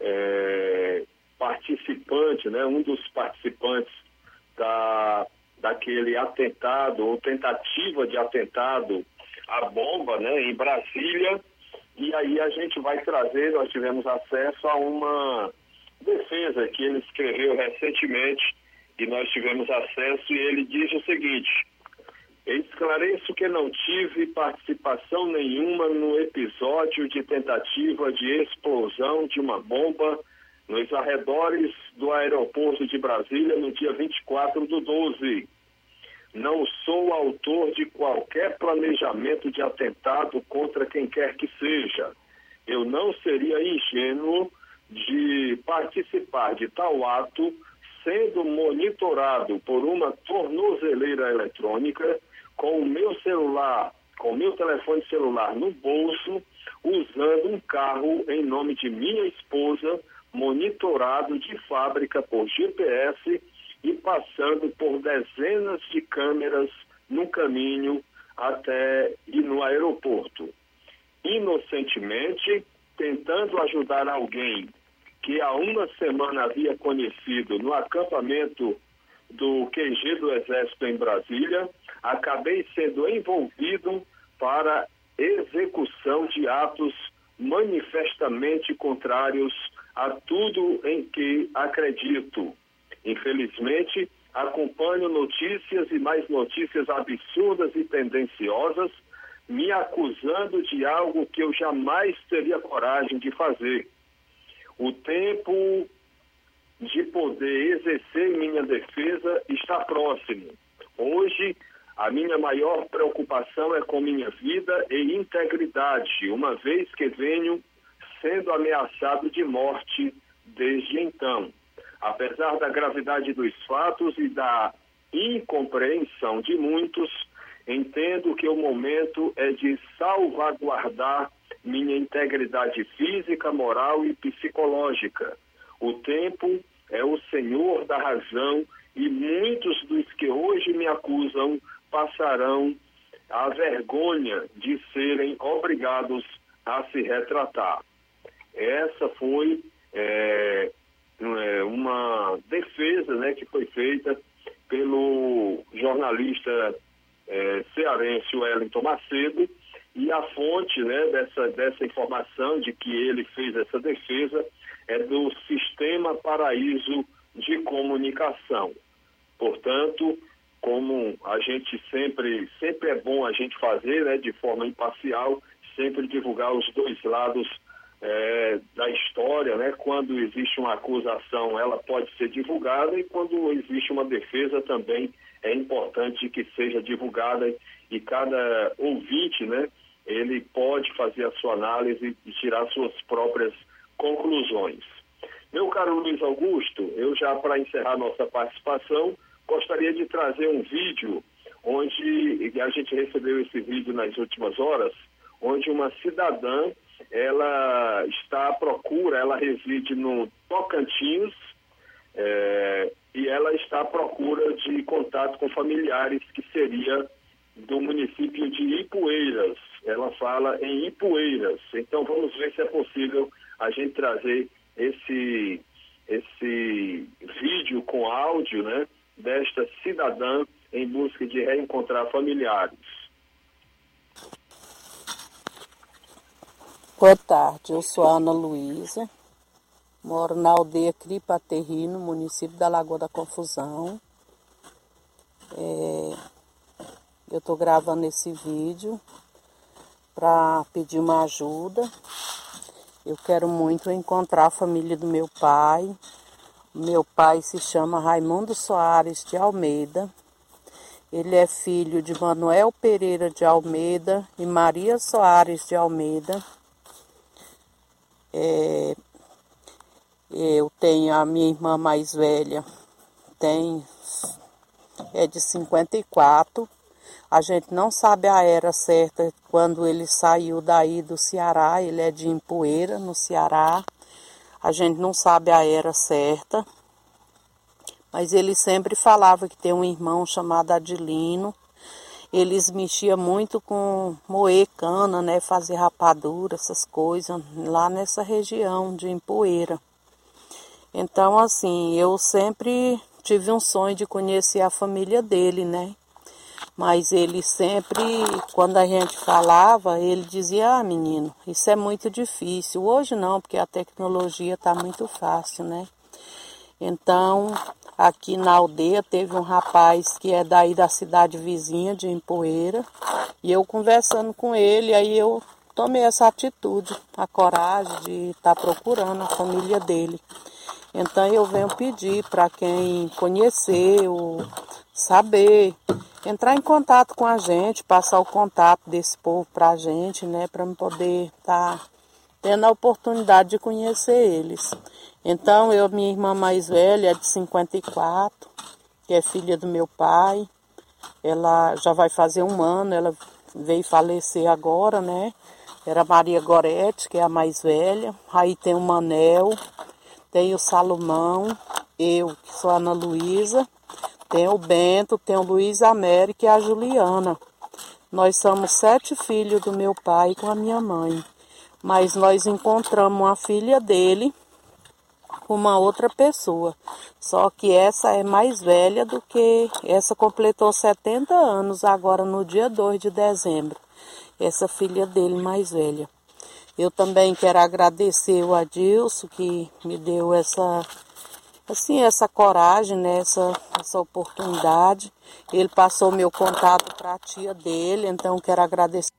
é, participante, né, um dos participantes da, daquele atentado ou tentativa de atentado à bomba, né, em Brasília. E aí a gente vai trazer, nós tivemos acesso a uma defesa que ele escreveu recentemente e nós tivemos acesso, e ele diz o seguinte: Esclareço que não tive participação nenhuma no episódio de tentativa de explosão de uma bomba nos arredores do aeroporto de Brasília no dia vinte e quatro do doze. Não sou autor de qualquer planejamento de atentado contra quem quer que seja. Eu não seria ingênuo de participar de tal ato sendo monitorado por uma tornozeleira eletrônica, com o meu celular, com o meu telefone celular no bolso, usando um carro em nome de minha esposa, monitorado de fábrica por G P S e passando por dezenas de câmeras no caminho até ir no aeroporto. Inocentemente, tentando ajudar alguém que há uma semana havia conhecido no acampamento do Q G do Exército em Brasília, acabei sendo envolvido para execução de atos manifestamente contrários a tudo em que acredito. Infelizmente, acompanho notícias e mais notícias absurdas e tendenciosas, me acusando de algo que eu jamais teria coragem de fazer. O tempo de poder exercer minha defesa está próximo. Hoje, a minha maior preocupação é com minha vida e integridade, uma vez que venho sendo ameaçado de morte desde então. Apesar da gravidade dos fatos e da incompreensão de muitos, entendo que o momento é de salvaguardar minha integridade física, moral e psicológica. O tempo é o senhor da razão e muitos dos que hoje me acusam passarão a vergonha de serem obrigados a se retratar. Essa foi é, uma defesa, né, que foi feita pelo jornalista é, cearense Wellington Macedo, e a fonte, né, dessa, dessa informação de que ele fez essa defesa é do Sistema Paraíso de Comunicação. Portanto, como a gente sempre, sempre é bom a gente fazer, né, de forma imparcial, sempre divulgar os dois lados é, da história, né? Quando existe uma acusação, ela pode ser divulgada, e quando existe uma defesa também é importante que seja divulgada, e cada ouvinte, né, ele pode fazer a sua análise e tirar suas próprias conclusões. Meu caro Luiz Augusto, eu já, para encerrar nossa participação, gostaria de trazer um vídeo onde a gente recebeu esse vídeo nas últimas horas, onde uma cidadã, ela está à procura, ela reside no Tocantins, é, e ela está à procura de contato com familiares, que seria do município de Ipueiras. Ela fala em Ipueiras. Então vamos ver se é possível a gente trazer esse, esse vídeo com áudio, né, desta cidadã em busca de reencontrar familiares. Boa tarde, eu sou a Ana Luísa, moro na aldeia Cripaterri, no município da Lagoa da Confusão. É, eu estou gravando esse vídeo para pedir uma ajuda. Eu quero muito encontrar a família do meu pai. Meu pai se chama Raimundo Soares de Almeida. Ele é filho de Manuel Pereira de Almeida e Maria Soares de Almeida. É, eu tenho a minha irmã mais velha, tem, é de cinquenta e quatro. A gente não sabe a era certa quando ele saiu daí do Ceará, ele é de Ipueira, no Ceará. A gente não sabe a era certa, mas ele sempre falava que tem um irmão chamado Adilino. Eles mexiam muito com moer cana, né, fazer rapadura, essas coisas, lá nessa região de Ipueira. Então, assim, eu sempre tive um sonho de conhecer a família dele, né? Mas ele sempre, quando a gente falava, ele dizia, ah, menino, isso é muito difícil. Hoje não, porque a tecnologia está muito fácil, né? Então, aqui na aldeia teve um rapaz que é daí da cidade vizinha de Ipueira, e eu conversando com ele, aí eu tomei essa atitude, a coragem de estar tá procurando a família dele. Então eu venho pedir para quem conhecer, ou saber, entrar em contato com a gente, passar o contato desse povo para a gente, né, para eu poder estar tá tendo a oportunidade de conhecer eles. Então eu, minha irmã mais velha, é de cinquenta e quatro, que é filha do meu pai, ela já vai fazer um ano, ela veio falecer agora, né, era Maria Gorete, que é a mais velha, aí tem o Manel, tem o Salomão, eu, que sou a Ana Luísa, tem o Bento, tem o Luiz Américo e a Juliana. Nós somos sete filhos do meu pai com a minha mãe. Mas nós encontramos uma filha dele com uma outra pessoa. Só que essa é mais velha do que... Essa completou setenta anos agora no dia dois de dezembro. Essa filha dele mais velha. Eu também quero agradecer o Adilson que me deu essa, assim, essa coragem, né, essa, essa oportunidade. Ele passou meu contato para a tia dele, então quero agradecer.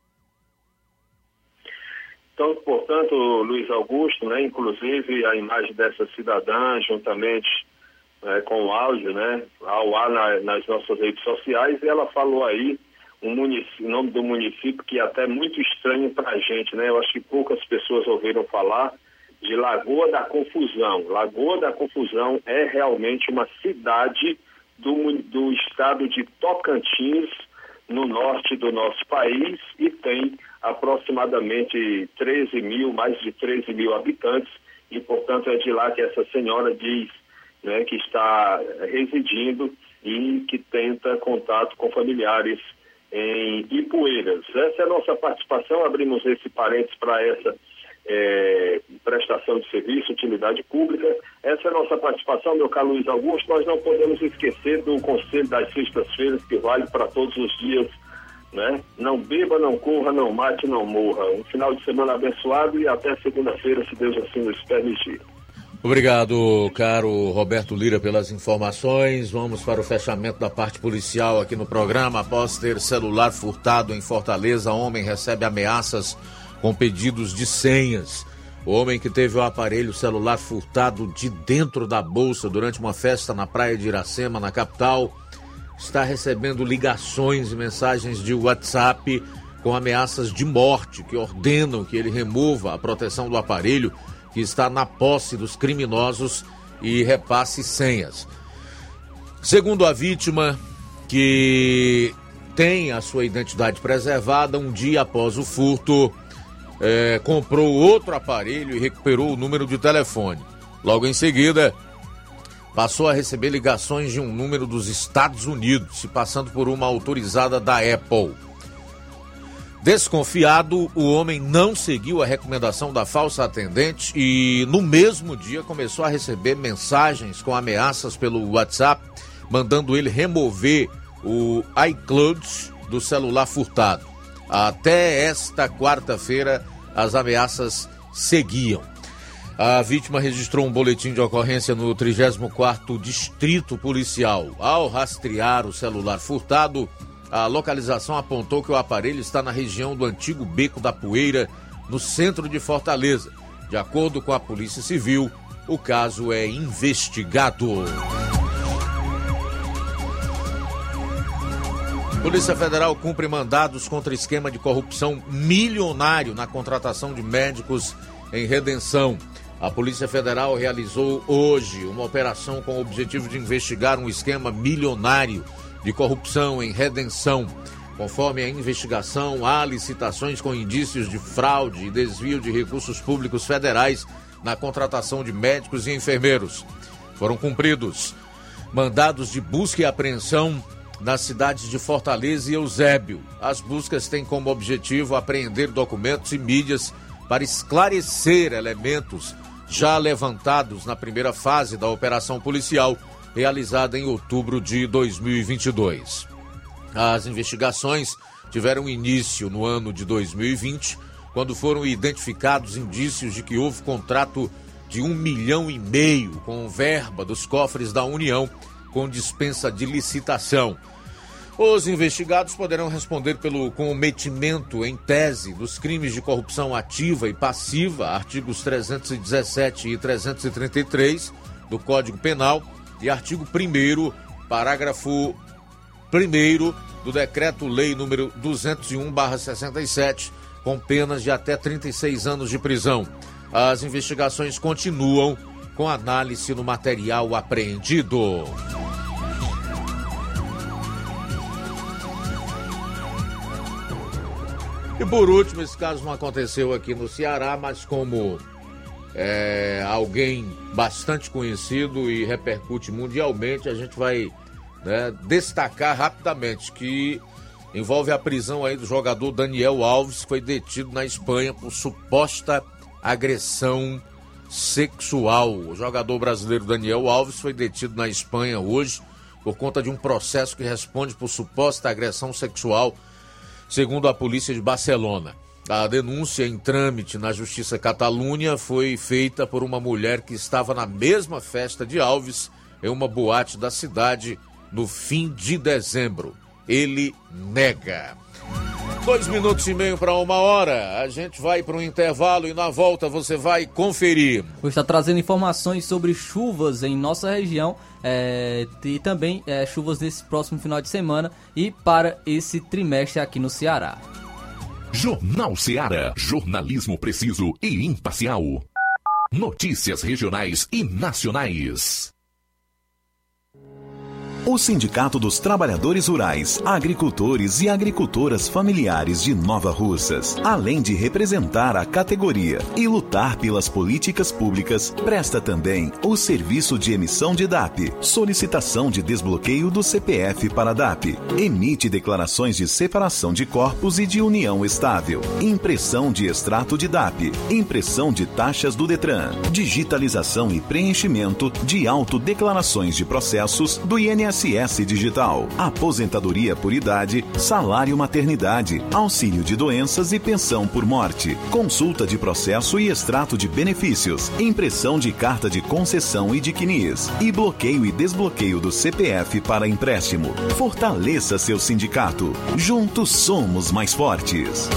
Então, portanto, Luiz Augusto, né, inclusive a imagem dessa cidadã, juntamente né, com o áudio, né, ao ar na, nas nossas redes sociais, e ela falou aí um município, o nome do município que é até muito estranho para a gente, né? Eu acho que poucas pessoas ouviram falar de Lagoa da Confusão. Lagoa da Confusão é realmente uma cidade do, do estado de Tocantins, no norte do nosso país, e tem aproximadamente treze mil, mais de treze mil habitantes, e portanto é de lá que essa senhora diz, né, que está residindo e que tenta contato com familiares em Ipueiras. Essa é a nossa participação, abrimos esse parênteses para essa é, prestação de serviço, utilidade pública. Essa é a nossa participação, meu caro Luiz Augusto. Nós não podemos esquecer do conselho das sextas-feiras, que vale para todos os dias, né? Não beba, não corra, não mate, não morra. Um final de semana abençoado e até segunda-feira, se Deus assim nos permitir. Obrigado, caro Roberto Lira, pelas informações. Vamos para o fechamento da parte policial aqui no programa. Após ter celular furtado em Fortaleza, homem recebe ameaças com pedidos de senhas. O homem que teve o aparelho celular furtado de dentro da bolsa durante uma festa na praia de Iracema, na capital, está recebendo ligações e mensagens de WhatsApp com ameaças de morte que ordenam que ele remova a proteção do aparelho que está na posse dos criminosos e repasse senhas. Segundo a vítima, que tem a sua identidade preservada, um dia após o furto, é, comprou outro aparelho e recuperou o número de telefone. Logo em seguida, passou a receber ligações de um número dos Estados Unidos, se passando por uma autorizada da Apple. Desconfiado, o homem não seguiu a recomendação da falsa atendente e, no mesmo dia, começou a receber mensagens com ameaças pelo WhatsApp, mandando ele remover o iCloud do celular furtado. Até esta quarta-feira, as ameaças seguiam. A vítima registrou um boletim de ocorrência no trigésimo quarto Distrito Policial. Ao rastrear o celular furtado, a localização apontou que o aparelho está na região do antigo Beco da Poeira, no centro de Fortaleza. De acordo com a Polícia Civil, o caso é investigado. Polícia Federal cumpre mandados contra esquema de corrupção milionário na contratação de médicos em Redenção. A Polícia Federal realizou hoje uma operação com o objetivo de investigar um esquema milionário de corrupção em Redenção. Conforme a investigação, há licitações com indícios de fraude e desvio de recursos públicos federais na contratação de médicos e enfermeiros. Foram cumpridos mandados de busca e apreensão nas cidades de Fortaleza e Eusébio. As buscas têm como objetivo apreender documentos e mídias para esclarecer elementos já levantados na primeira fase da operação policial, realizada em outubro de dois mil e vinte e dois. As investigações tiveram início no ano de dois mil e vinte, quando foram identificados indícios de que houve contrato de um milhão e meio com verba dos cofres da União com dispensa de licitação. Os investigados poderão responder pelo cometimento em tese dos crimes de corrupção ativa e passiva, artigos trezentos e dezessete e trezentos e trinta e três do Código Penal e artigo primeiro, parágrafo primeiro do Decreto-Lei número duzentos e um barra sessenta e sete, com penas de até trinta e seis anos de prisão. As investigações continuam com análise no material apreendido. E por último, esse caso não aconteceu aqui no Ceará, mas como é, alguém bastante conhecido e repercute mundialmente, a gente vai, né, destacar rapidamente que envolve a prisão aí do jogador Daniel Alves, que foi detido na Espanha por suposta agressão sexual. O jogador brasileiro Daniel Alves foi detido na Espanha hoje por conta de um processo que responde por suposta agressão sexual, segundo a polícia de Barcelona. A denúncia em trâmite na Justiça Catalunha foi feita por uma mulher que estava na mesma festa de Alves em uma boate da cidade no fim de dezembro. Ele nega. Dois minutos e meio para uma hora. A gente vai para um intervalo e na volta você vai conferir. Vou estar trazendo informações sobre chuvas em nossa região é, e também é, chuvas nesse próximo final de semana e para esse trimestre aqui no Ceará. Jornal Ceará. Jornalismo preciso e imparcial. Notícias regionais e nacionais. O Sindicato dos Trabalhadores Rurais, Agricultores e Agricultoras Familiares de Nova Russas, além de representar a categoria e lutar pelas políticas públicas, presta também o serviço de emissão de D A P, solicitação de desbloqueio do C P F para D A P, emite declarações de separação de corpos e de união estável, impressão de extrato de D A P, impressão de taxas do Detran, digitalização e preenchimento de autodeclarações de processos do I N S S Digital, aposentadoria por idade, salário maternidade, auxílio de doenças e pensão por morte, consulta de processo e extrato de benefícios, impressão de carta de concessão e de C N I S, e bloqueio e desbloqueio do C P F para empréstimo. Fortaleça seu sindicato. Juntos somos mais fortes.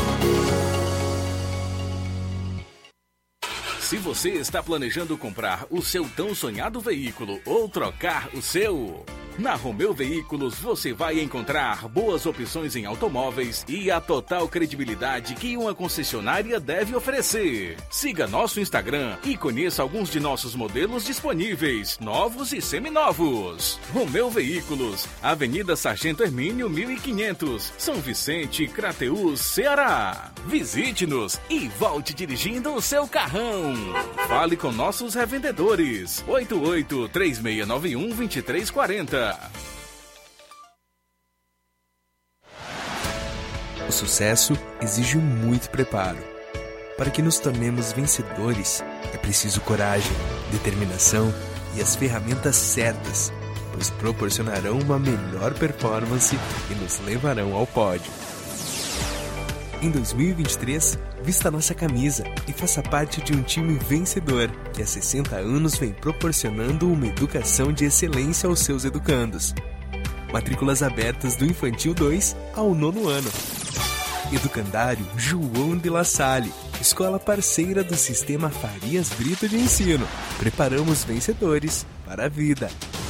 Se você está planejando comprar o seu tão sonhado veículo ou trocar o seu, na Romeu Veículos você vai encontrar boas opções em automóveis e a total credibilidade que uma concessionária deve oferecer. Siga nosso Instagram e conheça alguns de nossos modelos disponíveis, novos e seminovos. Romeu Veículos, Avenida Sargento Hermínio mil e quinhentos, São Vicente, Crateús, Ceará. Visite-nos e volte dirigindo o seu carrão. Fale com nossos revendedores. oito oito, três seis nove um, dois três quatro zero. O sucesso exige muito preparo. Para que nos tornemos vencedores, é preciso coragem, determinação e as ferramentas certas, pois proporcionarão uma melhor performance e nos levarão ao pódio. Em dois mil e vinte e três, vista a nossa camisa e faça parte de um time vencedor que há sessenta anos vem proporcionando uma educação de excelência aos seus educandos. Matrículas abertas do Infantil dois ao nono ano. Educandário João de La Salle, escola parceira do Sistema Farias Brito de Ensino. Preparamos vencedores para a vida.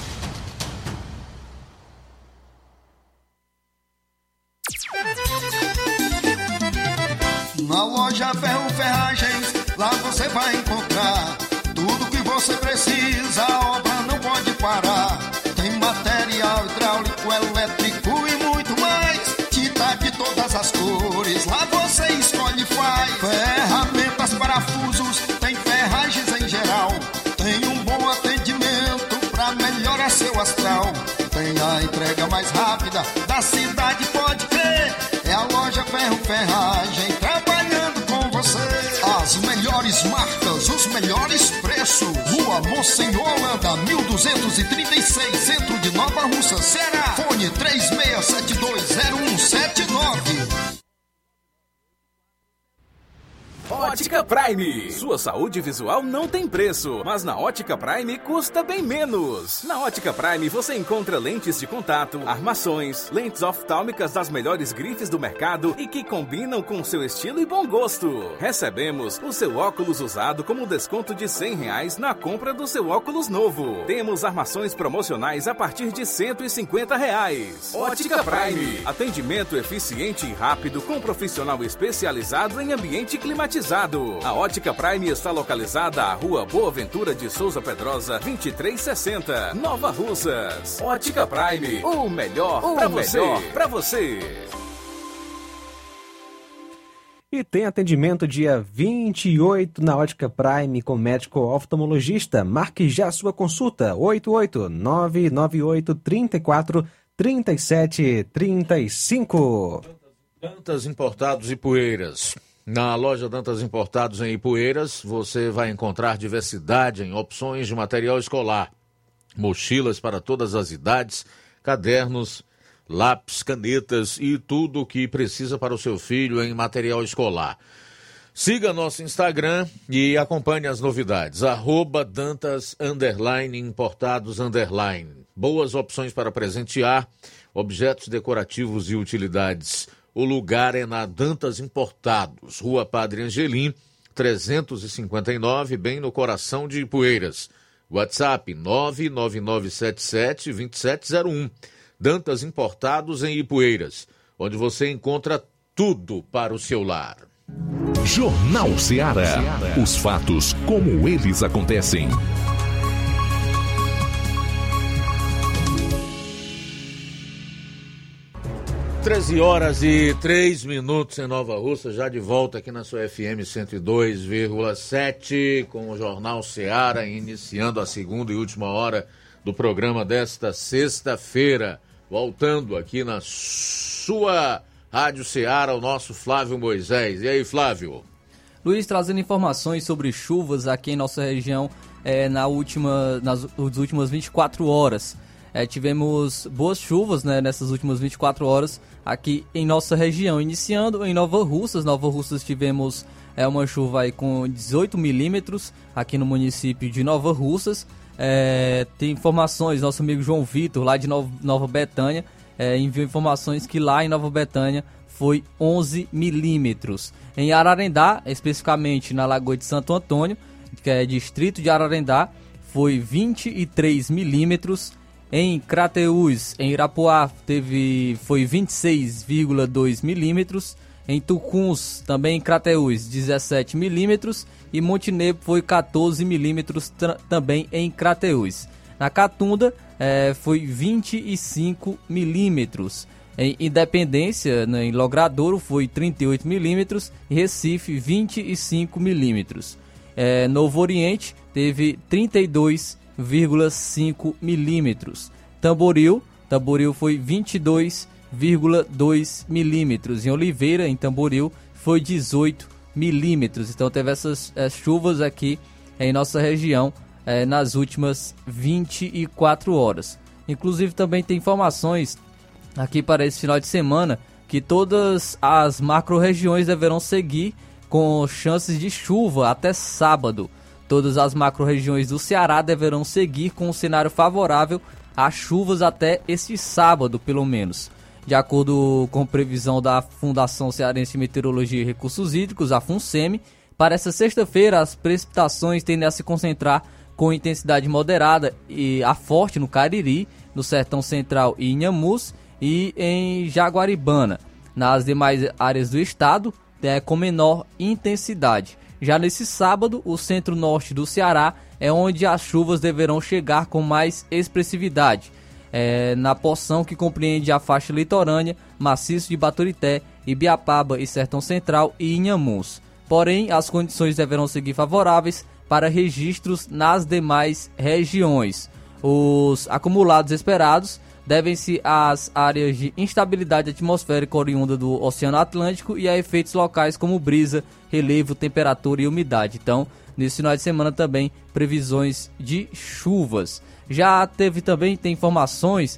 Na loja Ferro Ferragens, lá você vai encontrar tudo que você precisa, a obra não pode parar. Tem material hidráulico, elétrico e muito mais, tinta de todas as cores, lá você escolhe e faz. Ferramentas, parafusos, tem ferragens em geral, tem um bom atendimento pra melhorar seu astral. Tem a entrega mais rápida da cidade, pode crer, é a loja Ferro Ferragem trabalhando com você. As melhores marcas, os melhores preços. Rua Monsenhor Holanda, mil duzentos e trinta e seis, centro de Nova Russa, Ceará. Fone três seis sete dois zero um sete nove. Ótica Prime. Sua saúde visual não tem preço, mas na Ótica Prime custa bem menos. Na Ótica Prime você encontra lentes de contato, armações, lentes oftálmicas das melhores grifes do mercado e que combinam com seu estilo e bom gosto. Recebemos o seu óculos usado como desconto de cem reais na compra do seu óculos novo. Temos armações promocionais a partir de cento e cinquenta reais. Ótica Prime. Atendimento eficiente e rápido com profissional especializado em ambiente climatizado. A Ótica Prime está localizada à Rua Boa Ventura de Souza Pedrosa, vinte e três sessenta, Nova Russas. Ótica Prime, o melhor para você. Pra você. E tem atendimento dia vinte e oito na Ótica Prime com médico oftalmologista. Marque já sua consulta. oito oito nove nove oito três quatro três sete três cinco. Dantas Importados e Poeiras. Na loja Dantas Importados em Ipueiras, você vai encontrar diversidade em opções de material escolar. Mochilas para todas as idades, cadernos, lápis, canetas e tudo o que precisa para o seu filho em material escolar. Siga nosso Instagram e acompanhe as novidades. Arroba Dantas underline Importados underline. Boas opções para presentear, objetos decorativos e utilidades. O lugar é na Dantas Importados, Rua Padre Angelim, trezentos e cinquenta e nove, bem no coração de Ipueiras. WhatsApp nove nove nove sete sete dois sete zero um. Dantas Importados em Ipueiras, onde você encontra tudo para o seu lar. Jornal Ceará. Os fatos como eles acontecem. treze horas e três minutos em Nova Russa, já de volta aqui na sua F M cento e dois vírgula sete com o Jornal Ceará, iniciando a segunda e última hora do programa desta sexta-feira. Voltando aqui na sua Rádio Ceará, o nosso Flávio Moisés. E aí, Flávio? Luiz, trazendo informações sobre chuvas aqui em nossa região é, na última, nas, nas últimas vinte e quatro horas. É, tivemos boas chuvas, né, nessas últimas vinte e quatro horas aqui em nossa região. Iniciando em Nova Russas. Nova Russas tivemos é, uma chuva aí com dezoito milímetros aqui no município de Nova Russas. É, tem informações, nosso amigo João Vitor, lá de Nova, Nova Betânia, é, enviou informações que lá em Nova Betânia foi onze milímetros. Em Ararendá, especificamente na Lagoa de Santo Antônio, que é distrito de Ararendá, foi vinte e três milímetros. Em Crateús, em Irapuá, teve, foi vinte e seis vírgula dois milímetros. Em Tucuns, também em Crateús, dezessete milímetros. E Montenegro foi quatorze milímetros também em Crateús. Na Catunda, é, foi vinte e cinco milímetros. Em Independência, né, em Logradouro, foi trinta e oito milímetros. E Recife, vinte e cinco milímetros. É, Novo Oriente, teve trinta e dois vírgula cinco milímetros. Tamboril, Tamboril foi vinte e dois vírgula dois milímetros. Em Oliveira, em Tamboril, foi dezoito milímetros. Então teve essas é, chuvas aqui em nossa região é, nas últimas vinte e quatro horas. Inclusive também tem informações aqui para esse final de semana que todas as macro-regiões deverão seguir com chances de chuva até sábado. Todas as macro-regiões do Ceará deverão seguir com um cenário favorável a chuvas até este sábado, pelo menos. De acordo com previsão da Fundação Cearense de Meteorologia e Recursos Hídricos, a FUNSEMI, para essa sexta-feira as precipitações tendem a se concentrar com intensidade moderada e a forte no Cariri, no Sertão Central e Inhamus, e em Jaguaribana. Nas demais áreas do estado, é com menor intensidade. Já nesse sábado, o centro-norte do Ceará é onde as chuvas deverão chegar com mais expressividade. É, na porção que compreende a faixa litorânea, maciço de Baturité, Ibiapaba e Sertão Central e Inhamuns. Porém, as condições deverão seguir favoráveis para registros nas demais regiões. Os acumulados esperados devem-se às áreas de instabilidade atmosférica oriunda do Oceano Atlântico e a efeitos locais como brisa, relevo, temperatura e umidade. Então, nesse final de semana também previsões de chuvas. Já teve também, tem informações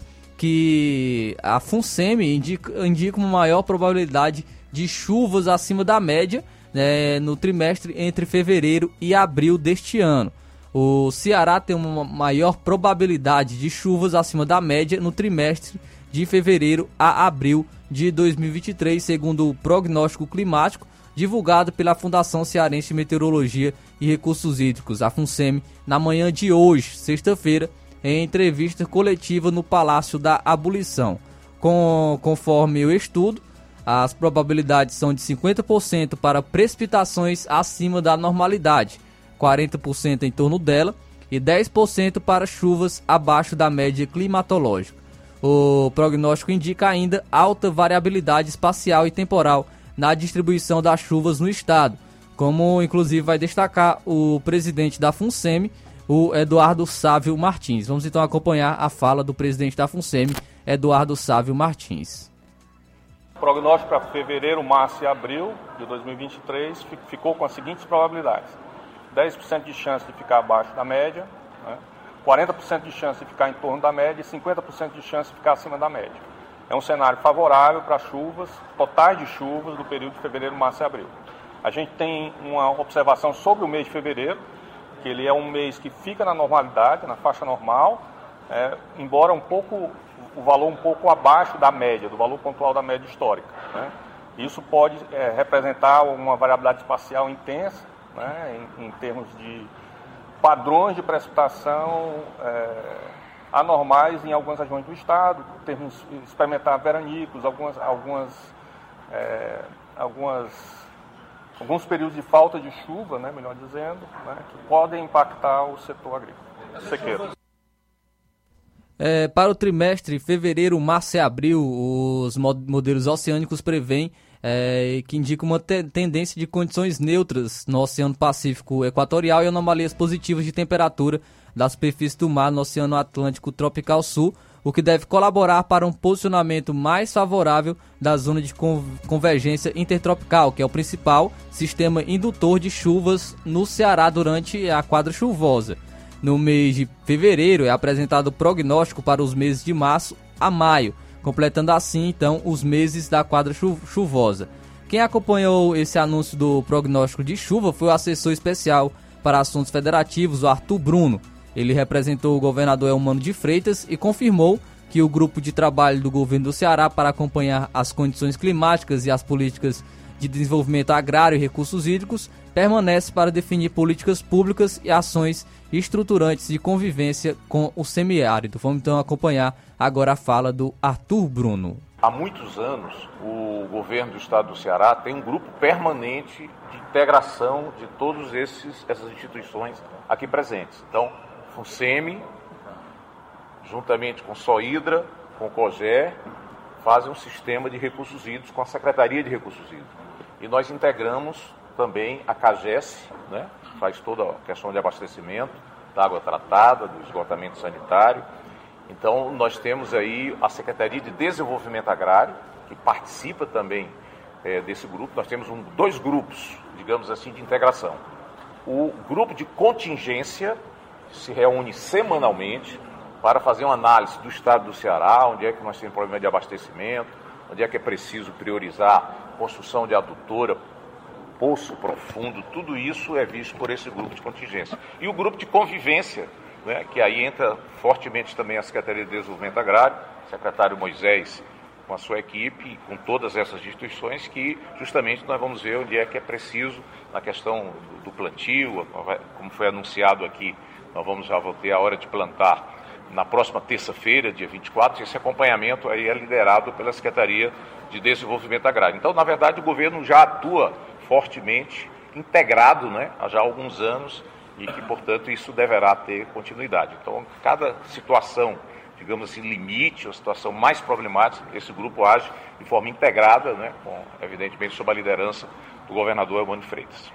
que a FUNSEMI indica, indica uma maior probabilidade de chuvas acima da média né, no trimestre entre fevereiro e abril deste ano. O Ceará tem uma maior probabilidade de chuvas acima da média no trimestre de fevereiro a abril de dois mil e vinte e três, segundo o prognóstico climático divulgado pela Fundação Cearense de Meteorologia e Recursos Hídricos, a FUNSEMI, na manhã de hoje, sexta-feira, em entrevista coletiva no Palácio da Abolição. Com, conforme o estudo, as probabilidades são de cinquenta por cento para precipitações acima da normalidade, quarenta por cento em torno dela e dez por cento para chuvas abaixo da média climatológica. O prognóstico indica ainda alta variabilidade espacial e temporal na distribuição das chuvas no estado, como inclusive vai destacar o presidente da FUNSEMI, o Eduardo Sávio Martins. Vamos então acompanhar a fala do presidente da FUNSEMI, Eduardo Sávio Martins. O prognóstico para fevereiro, março e abril de dois mil e vinte e três ficou com as seguintes probabilidades: dez por cento de chance de ficar abaixo da média, né? quarenta por cento de chance de ficar em torno da média e cinquenta por cento de chance de ficar acima da média. É um cenário favorável para chuvas, totais de chuvas do período de fevereiro, março e abril. A gente tem uma observação sobre o mês de fevereiro, que ele é um mês que fica na normalidade, na faixa normal, é, embora um pouco, o valor um pouco abaixo da média, do valor pontual da média histórica, né? Isso pode é, representar uma variabilidade espacial intensa, né, em, em termos de padrões de precipitação é, anormais em algumas regiões do estado, termos experimentar veranicos, algumas, algumas, é, algumas, alguns períodos de falta de chuva, né, melhor dizendo, né, que podem impactar o setor agrícola, sequeiro. É, para o trimestre fevereiro, março e abril, os modelos oceânicos prevêem é, que indica uma te- tendência de condições neutras no Oceano Pacífico Equatorial e anomalias positivas de temperatura da superfície do mar no Oceano Atlântico Tropical Sul, o que deve colaborar para um posicionamento mais favorável da zona de convergência intertropical, que é o principal sistema indutor de chuvas no Ceará durante a quadra chuvosa. No mês de fevereiro é apresentado o prognóstico para os meses de março a maio, completando assim então os meses da quadra chu- chuvosa. Quem acompanhou esse anúncio do prognóstico de chuva foi o assessor especial para assuntos federativos, o Arthur Bruno. Ele representou o governador Eumano de Freitas e confirmou que o grupo de trabalho do governo do Ceará para acompanhar as condições climáticas e as políticas de desenvolvimento agrário e recursos hídricos permanece para definir políticas públicas e ações estruturantes de convivência com o semiárido. Vamos então acompanhar agora a fala do Arthur Bruno. Há muitos anos, o governo do estado do Ceará tem um grupo permanente de integração de todas essas instituições aqui presentes. Então, FUNSEMI, juntamente com SOIDRA, com o COGÉ, fazem um sistema de recursos hídricos com a Secretaria de Recursos Hídricos. E nós integramos também a CAGES, né, que faz toda a questão de abastecimento da água tratada, do esgotamento sanitário. Então, nós temos aí a Secretaria de Desenvolvimento Agrário, que participa também é, desse grupo. Nós temos um, dois grupos, digamos assim, de integração. O grupo de contingência se reúne semanalmente para fazer uma análise do estado do Ceará, onde é que nós temos problema de abastecimento, onde é que é preciso priorizar construção de adutora, poço profundo, tudo isso é visto por esse grupo de contingência. E o grupo de convivência, né, que aí entra fortemente também a Secretaria de Desenvolvimento Agrário, o secretário Moisés com a sua equipe, com todas essas instituições, que justamente nós vamos ver onde é que é preciso na questão do plantio, como foi anunciado aqui, nós vamos já ter a hora de plantar na próxima terça-feira, dia vinte e quatro, esse acompanhamento aí é liderado pela Secretaria de Desenvolvimento Agrário. Então, na verdade, o governo já atua fortemente, integrado, né, há já alguns anos, e que, portanto, isso deverá ter continuidade. Então, cada situação, digamos assim, limite, ou situação mais problemática, esse grupo age de forma integrada, né, com, evidentemente, sob a liderança do governador Eumano de Freitas.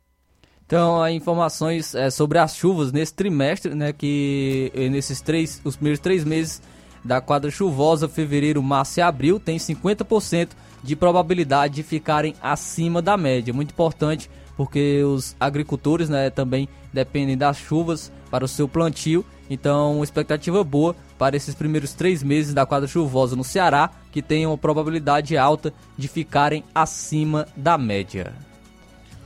Então, há informações é, sobre as chuvas nesse trimestre, né, que nesses três, os primeiros três meses da quadra chuvosa, fevereiro, março e abril, tem cinquenta por cento de probabilidade de ficarem acima da média. Muito importante, porque os agricultores, né, também dependem das chuvas para o seu plantio. Então, uma expectativa boa para esses primeiros três meses da quadra chuvosa no Ceará, que tem uma probabilidade alta de ficarem acima da média.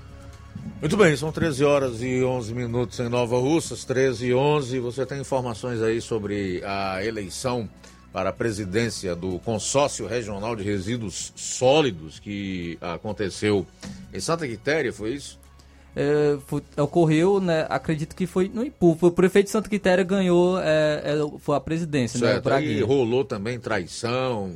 Muito bem, são treze horas e onze minutos em Nova Russas, treze e onze. Você tem informações aí sobre a eleição para a presidência do Consórcio Regional de Resíduos Sólidos que aconteceu em Santa Quitéria, foi isso? É, foi, ocorreu, né, acredito que foi no Ipu, foi o prefeito de Santa Quitéria ganhou é, é, foi a presidência, certo, né, aí rolou também traição,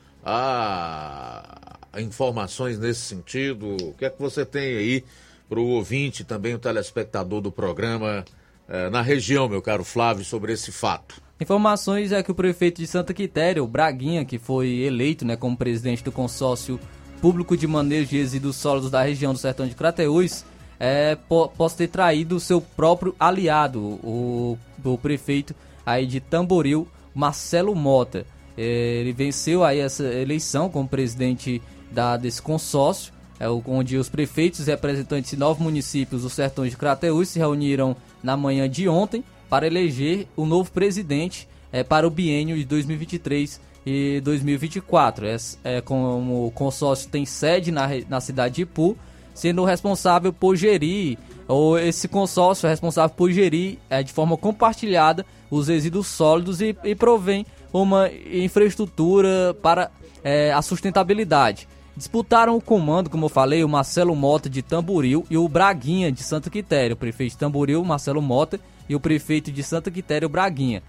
ah, informações nesse sentido. O que é que você tem aí para o ouvinte, também o telespectador do programa eh, na região, meu caro Flávio, sobre esse fato? Informações é que o prefeito de Santa Quitéria, o Braguinha, que foi eleito, né, como presidente do Consórcio Público de Manejo de Resíduos Sólidos da região do Sertão de Crateús, é, po- possa ter traído o seu próprio aliado, o, o prefeito aí de Tamboril, Marcelo Mota. É, ele venceu aí essa eleição como presidente da, desse consórcio, É, onde os prefeitos e representantes de nove municípios do Sertão de Crateús se reuniram na manhã de ontem para eleger o novo presidente é, para o biênio de dois mil e vinte e três e dois mil e vinte e quatro. É, é, como o consórcio tem sede na, na cidade de Ipu, sendo responsável por gerir, ou esse consórcio é responsável por gerir é, de forma compartilhada os resíduos sólidos e, e provém uma infraestrutura para é, a sustentabilidade. Disputaram o comando, como eu falei, o Marcelo Mota de Tamboril e o Braguinha de Santa Quitéria. O prefeito de Tamboril, Marcelo Mota, e o prefeito de Santa Quitéria, o Braguinha.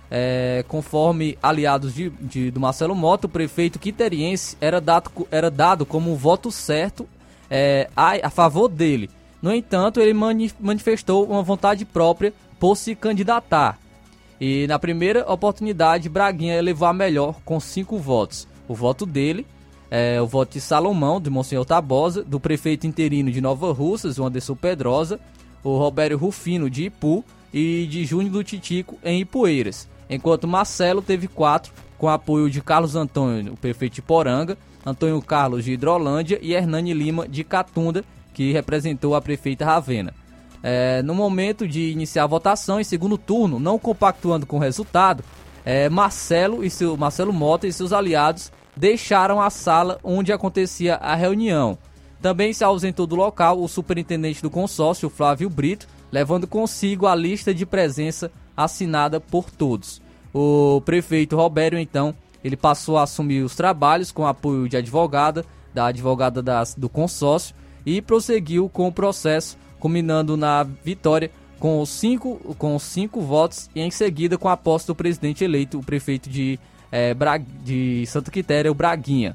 É, conforme aliados de, de, do Marcelo Mota, o prefeito quiteriense era dado, era dado como um voto certo é, a, a favor dele. No entanto, ele mani, manifestou uma vontade própria por se candidatar. E na primeira oportunidade, Braguinha elevou a melhor com cinco votos. O voto dele... É, o voto de Salomão, de Monsenhor Tabosa, do prefeito interino de Nova Russas, o Anderson Pedrosa, o Robério Rufino, de Ipu, e de Júnior do Titico, em Ipueiras. Enquanto Marcelo teve quatro, com apoio de Carlos Antônio, o prefeito de Poranga, Antônio Carlos, de Hidrolândia, e Hernani Lima, de Catunda, que representou a prefeita Ravena. É, no momento de iniciar a votação, em segundo turno, não compactuando com o resultado, é, Marcelo, e seu, Marcelo Mota e seus aliados deixaram a sala onde acontecia a reunião. Também se ausentou do local o superintendente do consórcio, Flávio Brito, levando consigo a lista de presença assinada por todos. O prefeito Robério, então, ele passou a assumir os trabalhos com apoio de advogada, da advogada das, do consórcio, e prosseguiu com o processo, culminando na vitória com cinco, com cinco votos e em seguida com a posse do presidente eleito, o prefeito de É, Bra... de Santa Quitéria, o Braguinha.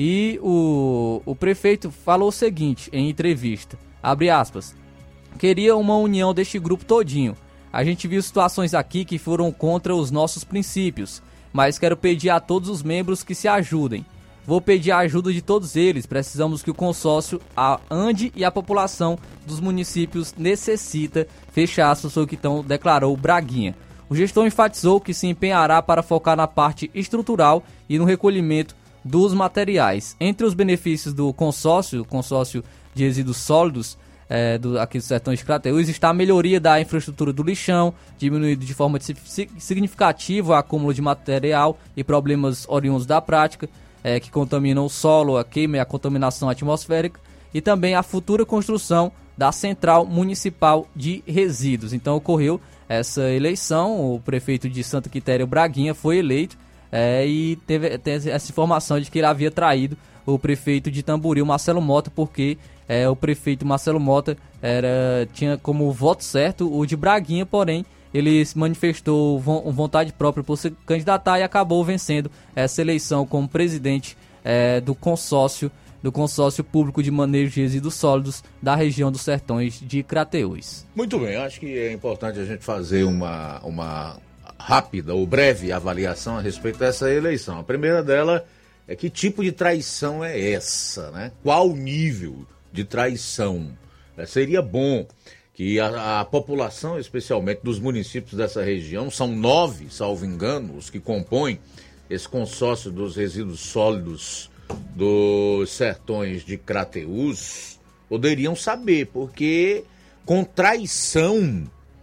E o, o prefeito falou o seguinte em entrevista, abre aspas, queria uma união deste grupo todinho. A gente viu situações aqui que foram contra os nossos princípios, mas quero pedir a todos os membros que se ajudem. Vou pedir a ajuda de todos eles, precisamos que o consórcio ande e a população dos municípios necessita, fecha aspas, foi o que então declarou o Braguinha. O gestor enfatizou que se empenhará para focar na parte estrutural e no recolhimento dos materiais. Entre os benefícios do consórcio, consórcio de resíduos sólidos é, do, aqui do Sertão de Crateús, está a melhoria da infraestrutura do lixão, diminuído de forma significativa o acúmulo de material e problemas oriundos da prática, é, que contaminam o solo, a queima e a contaminação atmosférica, e também a futura construção da Central Municipal de Resíduos. Então ocorreu essa eleição, o prefeito de Santa Quitéria, o Braguinha, foi eleito é, e teve, teve essa informação de que ele havia traído o prefeito de Tamboril, Marcelo Mota, porque é, o prefeito Marcelo Mota era, tinha como voto certo o de Braguinha, porém ele se manifestou vontade própria por se candidatar e acabou vencendo essa eleição como presidente é, do consórcio do Consórcio Público de Manejo de Resíduos Sólidos da região dos Sertões de Crateús. Muito bem, acho que é importante a gente fazer uma, uma rápida ou breve avaliação a respeito dessa eleição. A primeira dela é que tipo de traição é essa, né? Qual nível de traição? É, seria bom que a, a população, especialmente dos municípios dessa região, são nove, salvo engano, os que compõem esse consórcio dos resíduos sólidos dos Sertões de Crateús, poderiam saber, porque com traição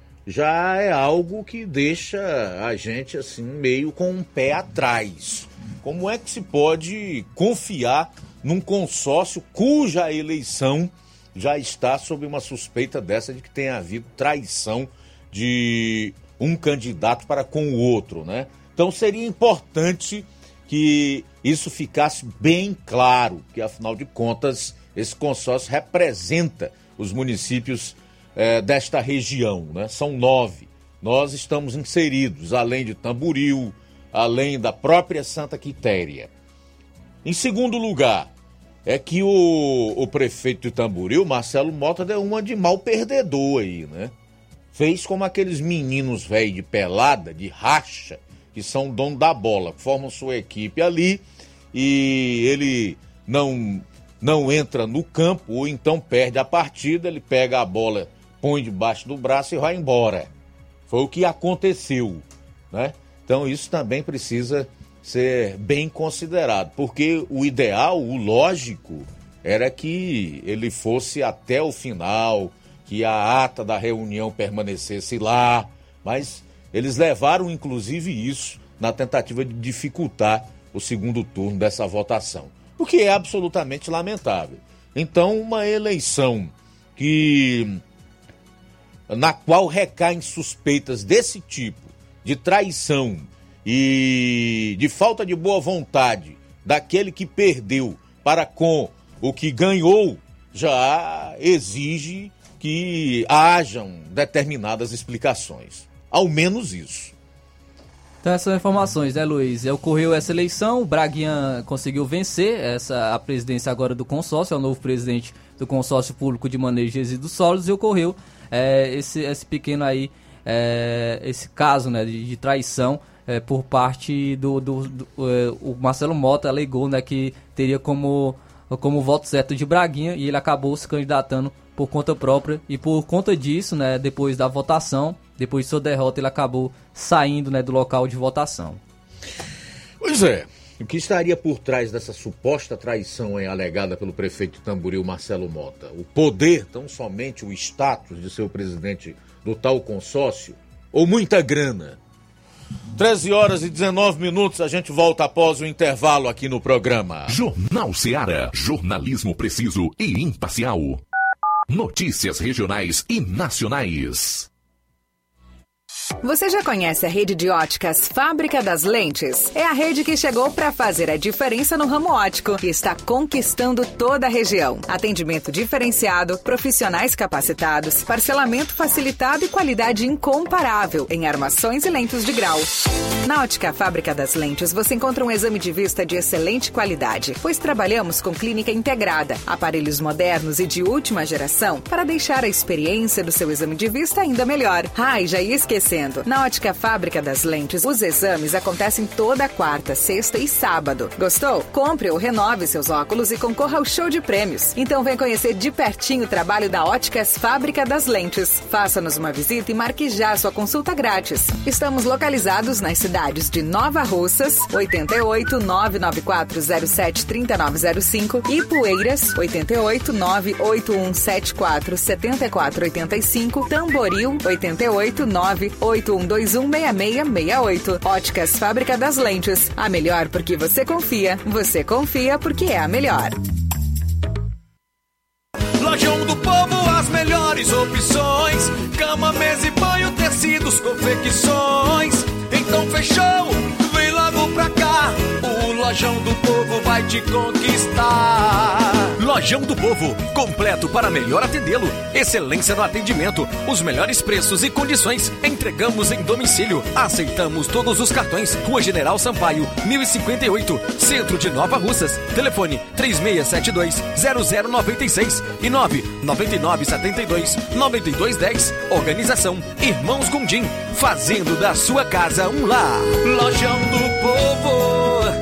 já é algo que deixa a gente assim meio com um pé atrás. Como é que se pode confiar num consórcio cuja eleição já está sob uma suspeita dessa de que tenha havido traição de um candidato para com o outro, né? Então seria importante que isso ficasse bem claro, que afinal de contas esse consórcio representa os municípios eh, desta região, né? São nove. Nós estamos inseridos, além de Tamboril, além da própria Santa Quitéria. Em segundo lugar, é que o, o prefeito de Tamboril, Marcelo Mota, deu uma de mal perdedor aí, né? Fez como aqueles meninos velhos de pelada, de racha, que são dono da bola, formam sua equipe ali e ele não, não entra no campo ou então perde a partida, ele pega a bola, põe debaixo do braço e vai embora. Foi o que aconteceu, né? Então isso também precisa ser bem considerado, porque o ideal, o lógico, era que ele fosse até o final, que a ata da reunião permanecesse lá, mas eles levaram inclusive isso na tentativa de dificultar o segundo turno dessa votação, o que é absolutamente lamentável. Então, uma eleição que na qual recaem suspeitas desse tipo, de traição e de falta de boa vontade daquele que perdeu para com o que ganhou, já exige que hajam determinadas explicações. Ao menos isso. Então essas são informações, né, Luiz? Ocorreu essa eleição, o Braguinha conseguiu vencer essa, a presidência agora do consórcio, é o novo presidente do consórcio público de manejo de resíduos sólidos, e ocorreu é, esse, esse pequeno aí, é, esse caso, né, de, de traição é, por parte do, do, do é, o Marcelo Mota alegou, né, que teria como, como voto certo de Braguinha, e ele acabou se candidatando por conta própria, e por conta disso, né, depois da votação, depois de sua derrota, ele acabou saindo, né, do local de votação. Pois é, o que estaria por trás dessa suposta traição aí, alegada pelo prefeito de Tamboril, Marcelo Mota? O poder, tão somente o status de ser o presidente do tal consórcio, ou muita grana? treze horas e dezenove minutos, a gente volta após o intervalo aqui no programa. Jornal Ceará, jornalismo preciso e imparcial. Notícias regionais e nacionais. Você já conhece a rede de óticas Fábrica das Lentes? É a rede que chegou para fazer a diferença no ramo óptico e está conquistando toda a região. Atendimento diferenciado, profissionais capacitados, parcelamento facilitado e qualidade incomparável em armações e lentes de grau. Na Ótica Fábrica das Lentes você encontra um exame de vista de excelente qualidade, pois trabalhamos com clínica integrada, aparelhos modernos e de última geração para deixar a experiência do seu exame de vista ainda melhor. Ai, já ia esquecer. Na Ótica Fábrica das Lentes, os exames acontecem toda quarta, sexta e sábado. Gostou? Compre ou renove seus óculos e concorra ao show de prêmios. Então vem conhecer de pertinho o trabalho da Óticas Fábrica das Lentes. Faça-nos uma visita e marque já sua consulta grátis. Estamos localizados nas cidades de Nova Russas, oito oito, nove nove quatro zero sete, três nove zero cinco, e Ipueiras, oito oito, nove oito um sete quatro, sete quatro oito cinco, Tamboril, oito oito, nove oito um dois um, seis seis seis oito. Óticas Fábrica das Lentes. A melhor porque você confia. Você confia porque é a melhor. Lojão do Povo, as melhores opções: cama, mesa e banho, tecidos, confecções. Então fechou, vem logo pra cá. O Lojão do Povo vai te conquistar. Lojão do Povo, completo para melhor atendê-lo. Excelência no atendimento, os melhores preços e condições. Entregamos em domicílio. Aceitamos todos os cartões. Rua General Sampaio, mil e cinquenta e oito, Centro de Nova Russas. Telefone três seis sete dois, zero zero nove seis e nove nove nove sete dois, nove dois um zero. Organização Irmãos Gondim, fazendo da sua casa um lar. Lojão do Povo.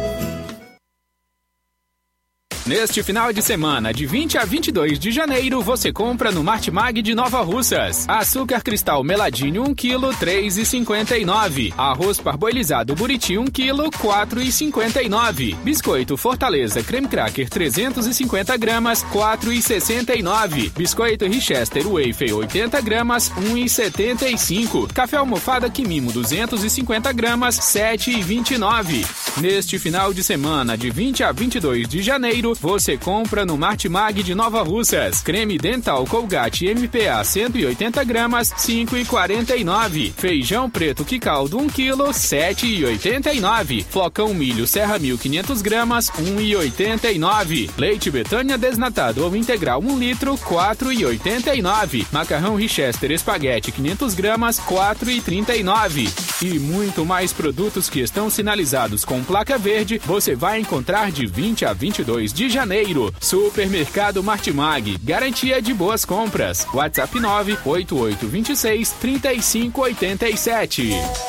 Neste final de semana, de vinte a vinte e dois de janeiro, você compra no Martimag de Nova Russas. Açúcar cristal meladinho um quilo, três reais e cinquenta e nove centavos. Arroz parboilizado Buriti um quilo, quatro reais e cinquenta e nove centavos. Biscoito Fortaleza creme cracker trezentos e cinquenta gramas, quatro reais e sessenta e nove centavos. Biscoito Richester Wafer oitenta gramas, um real e setenta e cinco centavos. Café almofada Quimimo duzentos e cinquenta gramas, sete reais e vinte e nove centavos. Neste final de semana, de vinte a vinte e dois de janeiro, você compra no Martimag de Nova Russas. Creme dental Colgate M P A cento e oitenta gramas, cinco reais e quarenta e nove centavos. Feijão preto Quicaldo um quilo, sete reais e oitenta e nove centavos. Flocão milho Serra mil e quinhentas gramas, um real e oitenta e nove centavos. Leite Betânia desnatado ou integral um litro, quatro reais e oitenta e nove centavos. Macarrão Richester Espaguete quinhentas gramas, quatro reais e trinta e nove centavos. E muito mais produtos que estão sinalizados com placa verde, você vai encontrar de vinte a vinte e dois de janeiro. Supermercado Martimag, garantia de boas compras. WhatsApp nove oito oito dois seis, três cinco oito sete.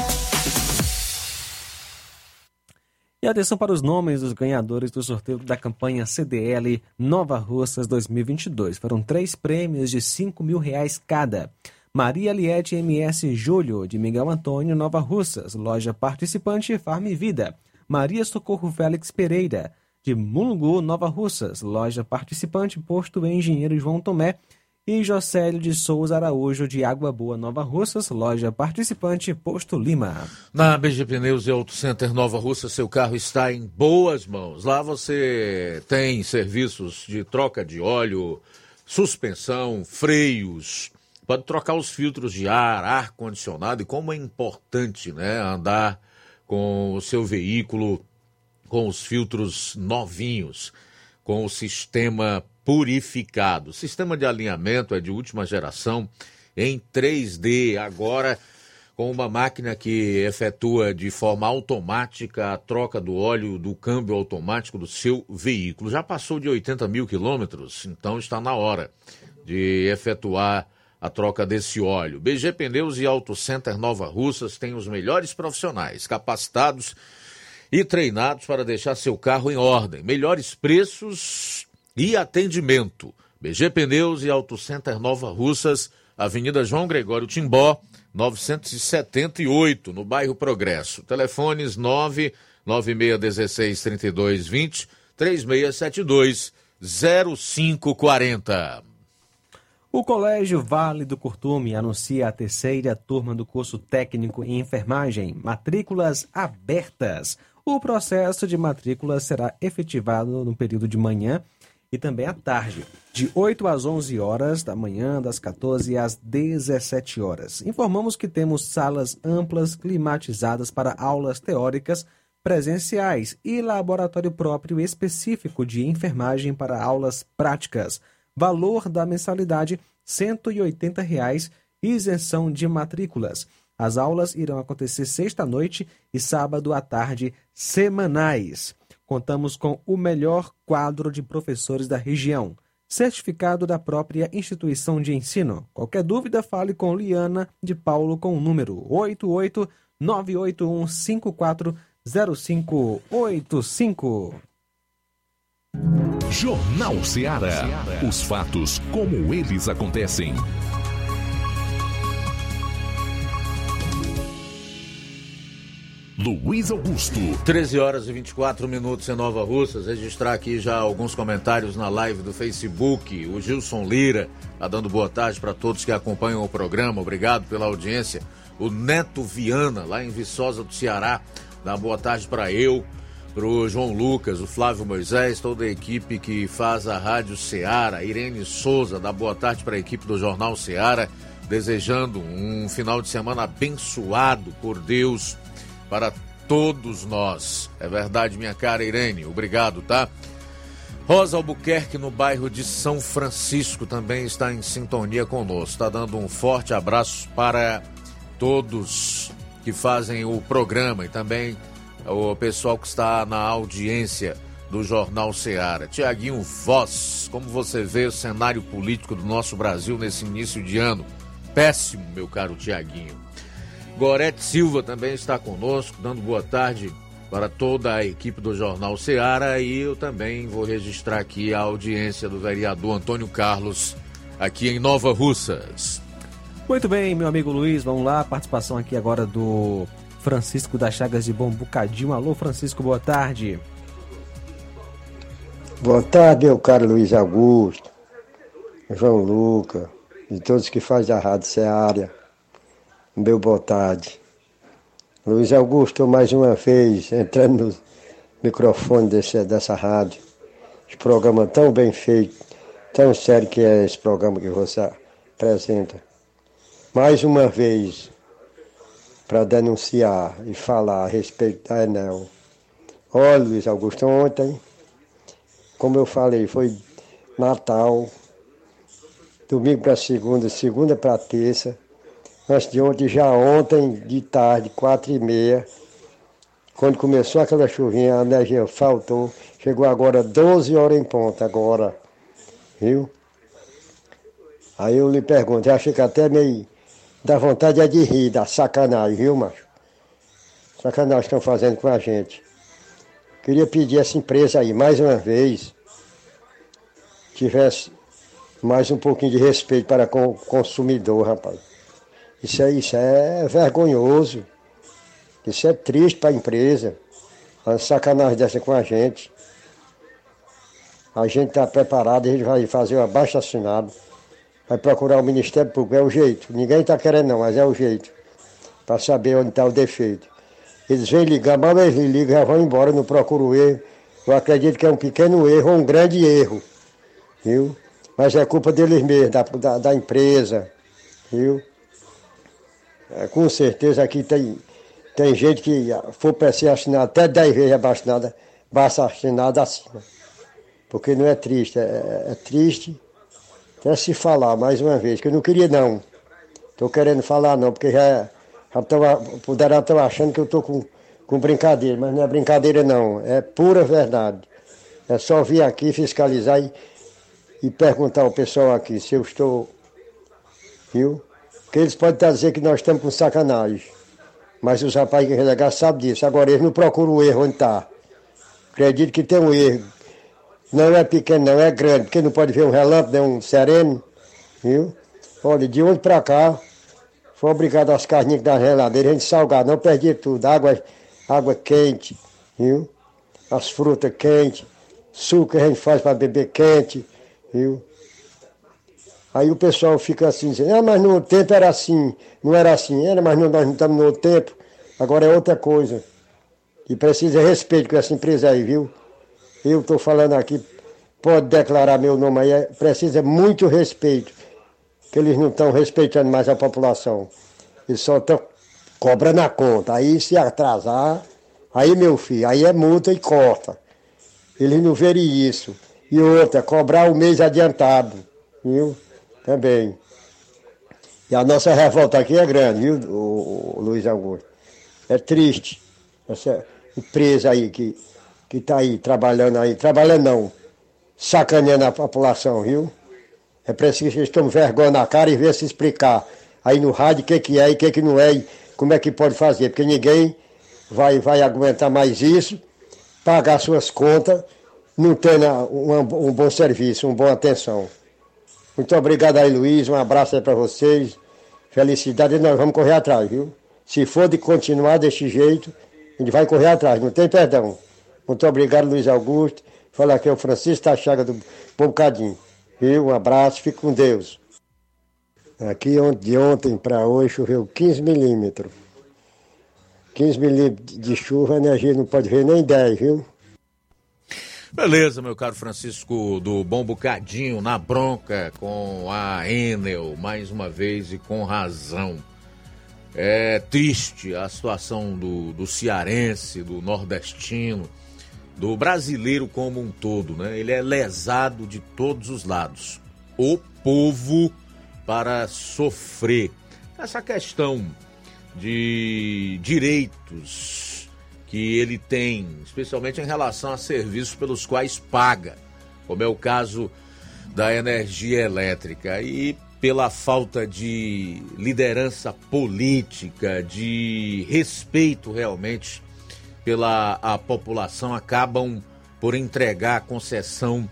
E atenção para os nomes dos ganhadores do sorteio da campanha C D L Nova Russas dois mil e vinte e dois. Foram três prêmios de cinco mil reais cada. Maria Liette M S Júlio, de Miguel Antônio, Nova Russas, loja participante Farm Vida. Maria Socorro Félix Pereira, de Mulungu, Nova Russas, loja participante Posto Engenheiro João Tomé. E Jocélio de Souza Araújo, de Água Boa, Nova Russas, loja participante Posto Lima. Na B G Pneus e Auto Center Nova Russas, seu carro está em boas mãos. Lá você tem serviços de troca de óleo, suspensão, freios. Pode trocar os filtros de ar, ar-condicionado, e como é importante, né, andar com o seu veículo com os filtros novinhos, com o sistema purificado. O sistema de alinhamento é de última geração, em três D, agora com uma máquina que efetua de forma automática a troca do óleo do câmbio automático do seu veículo. Já passou de oitenta mil quilômetros, então está na hora de efetuar a troca desse óleo. B G Pneus e Auto Center Nova Russas tem os melhores profissionais, capacitados e treinados para deixar seu carro em ordem. Melhores preços e atendimento. B G Pneus e Auto Center Nova Russas, Avenida João Gregório Timbó, novecentos e setenta e oito, no bairro Progresso. Telefones nove nove seis um seis, três dois dois zero, três seis sete dois, zero cinco quatro zero. O Colégio Vale do Curtume anuncia a terceira turma do curso técnico em enfermagem, matrículas abertas. O processo de matrícula será efetivado no período de manhã e também à tarde, de oito às onze horas da manhã, das quatorze às dezessete horas. Informamos que temos salas amplas climatizadas para aulas teóricas presenciais e laboratório próprio específico de enfermagem para aulas práticas. Valor da mensalidade, cento e oitenta reais, isenção de matrículas. As aulas irão acontecer sexta-noite e sábado à tarde, semanais. Contamos com o melhor quadro de professores da região, certificado da própria instituição de ensino. Qualquer dúvida, fale com Liana de Paulo com o número oito oito nove oito um cinco quatro zero cinco oito cinco. Jornal Ceará. Os fatos como eles acontecem. Luiz Augusto. treze horas e vinte e quatro minutos em Nova Russas. Registrar aqui já alguns comentários na live do Facebook. O Gilson Lira está dando boa tarde para todos que acompanham o programa. Obrigado pela audiência. O Neto Viana, lá em Viçosa do Ceará, dá boa tarde para eu, para o João Lucas, o Flávio Moisés, toda a equipe que faz a Rádio Ceará. Irene Souza dá boa tarde para a equipe do Jornal Ceará, desejando um final de semana abençoado por Deus para todos nós. É verdade, minha cara Irene, obrigado, tá? Rosa Albuquerque, no bairro de São Francisco, também está em sintonia conosco. Está dando um forte abraço para todos que fazem o programa e também o pessoal que está na audiência do Jornal Ceará. Tiaguinho Voz, como você vê o cenário político do nosso Brasil nesse início de ano? Péssimo, meu caro Tiaguinho. Gorete Silva também está conosco, dando boa tarde para toda a equipe do Jornal Ceará, e eu também vou registrar aqui a audiência do vereador Antônio Carlos, aqui em Nova Russas. Muito bem, meu amigo Luiz, vamos lá, participação aqui agora do Francisco das Chagas de Bom Bocadinho. Alô, Francisco, boa tarde. Boa tarde, meu caro Luiz Augusto, João Lucas e todos que fazem a Rádio Ceará. Meu boa tarde. Luiz Augusto, mais uma vez, entrando microfone desse, dessa rádio. Esse programa tão bem feito, tão sério que é esse programa que você apresenta. Mais uma vez, para denunciar e falar a respeito da Enel. Olha, Luiz Augusto, ontem, como eu falei, foi Natal, domingo para segunda, segunda para terça. Antes de ontem, já ontem, de tarde, quatro e meia, quando começou aquela chuvinha, a energia faltou. Chegou agora doze horas em ponto, agora, viu? Aí eu lhe pergunto, eu achei que até meio dá vontade é de rir, da sacanagem, viu, macho? Sacanagem que estão fazendo com a gente. Queria pedir essa empresa aí, mais uma vez, tivesse mais um pouquinho de respeito para com o consumidor, rapaz. Isso é, isso é vergonhoso. Isso é triste para a empresa. Uma sacanagem dessa com a gente. A gente está preparado, a gente vai fazer o abaixo-assinado. Vai procurar o Ministério Público, é o jeito. Ninguém está querendo não, mas é o jeito. Para saber onde está o defeito. Eles vêm ligar, mal eles ligam, já vão embora, não procuram o erro. Eu acredito que é um pequeno erro ou um grande erro. Viu? Mas é culpa deles mesmos, da, da, da empresa. Viu? É, com certeza aqui tem, tem gente que for para ser assinado até dez vezes abaixinada, basta assinado acima. Porque não é triste, é, é triste até se falar mais uma vez, que eu não queria não. Estou querendo falar não, porque já, já tão, puderam estar achando que eu estou com, com brincadeira, mas não é brincadeira não, é pura verdade. É só vir aqui fiscalizar e, e perguntar ao pessoal aqui se eu estou, viu? Porque eles podem estar dizendo que nós estamos com sacanagem, mas os rapazes que relegar sabem disso. Agora eles não procuram o erro onde está. Acredito que tem um erro. Não é pequeno, não é grande, porque não pode ver um relâmpago, nem um sereno, viu? Olha, de onde para cá, foi obrigado as carninhas da geladeira, a gente salgar, não perdia tudo, água, água quente, viu? As frutas quentes, suco que a gente faz para beber quente, viu? Aí o pessoal fica assim, dizendo, ah, mas no outro tempo era assim, não era assim, era, mas não, nós não estamos no outro tempo, agora é outra coisa. E precisa de respeito com essa empresa aí, viu? Eu estou falando aqui, pode declarar meu nome aí, precisa muito respeito, que eles não estão respeitando mais a população. Eles só estão cobrando a conta. Aí se atrasar, aí meu filho, aí é multa e corta. Eles não verem isso. E outra, cobrar o mês adiantado, viu? Também. E a nossa revolta aqui é grande, viu, o, o Luiz Augusto? É triste, essa empresa aí que... que está aí, trabalhando aí, trabalhando não, sacaneando a população, viu? É preciso que eles tomem vergonha na cara e ver se explicar aí no rádio o que, que é e o que, que não é e como é que pode fazer, porque ninguém vai, vai aguentar mais isso, pagar suas contas, não tendo um, um bom serviço, uma boa atenção. Muito obrigado aí, Luiz, um abraço aí para vocês, felicidade, e nós vamos correr atrás, viu? Se for de continuar desse jeito, a gente vai correr atrás, não tem perdão. Muito obrigado, Luiz Augusto. Fala aqui é o Francisco da Chaga do Bocadinho. Viu? Um abraço, fique com Deus. Aqui de ontem para hoje choveu quinze milímetros. quinze milímetros de chuva, a energia não pode ver nem dez, viu? Beleza, meu caro Francisco do Bom Bocadinho, na bronca com a Enel, mais uma vez e com razão. É triste a situação do, do cearense, do nordestino, do brasileiro como um todo, né? Ele é lesado de todos os lados. O povo para sofrer. Essa questão de direitos que ele tem, especialmente em relação a serviços pelos quais paga, como é o caso da energia elétrica. E pela falta de liderança política, de respeito realmente pela a população, acabam por entregar a concessão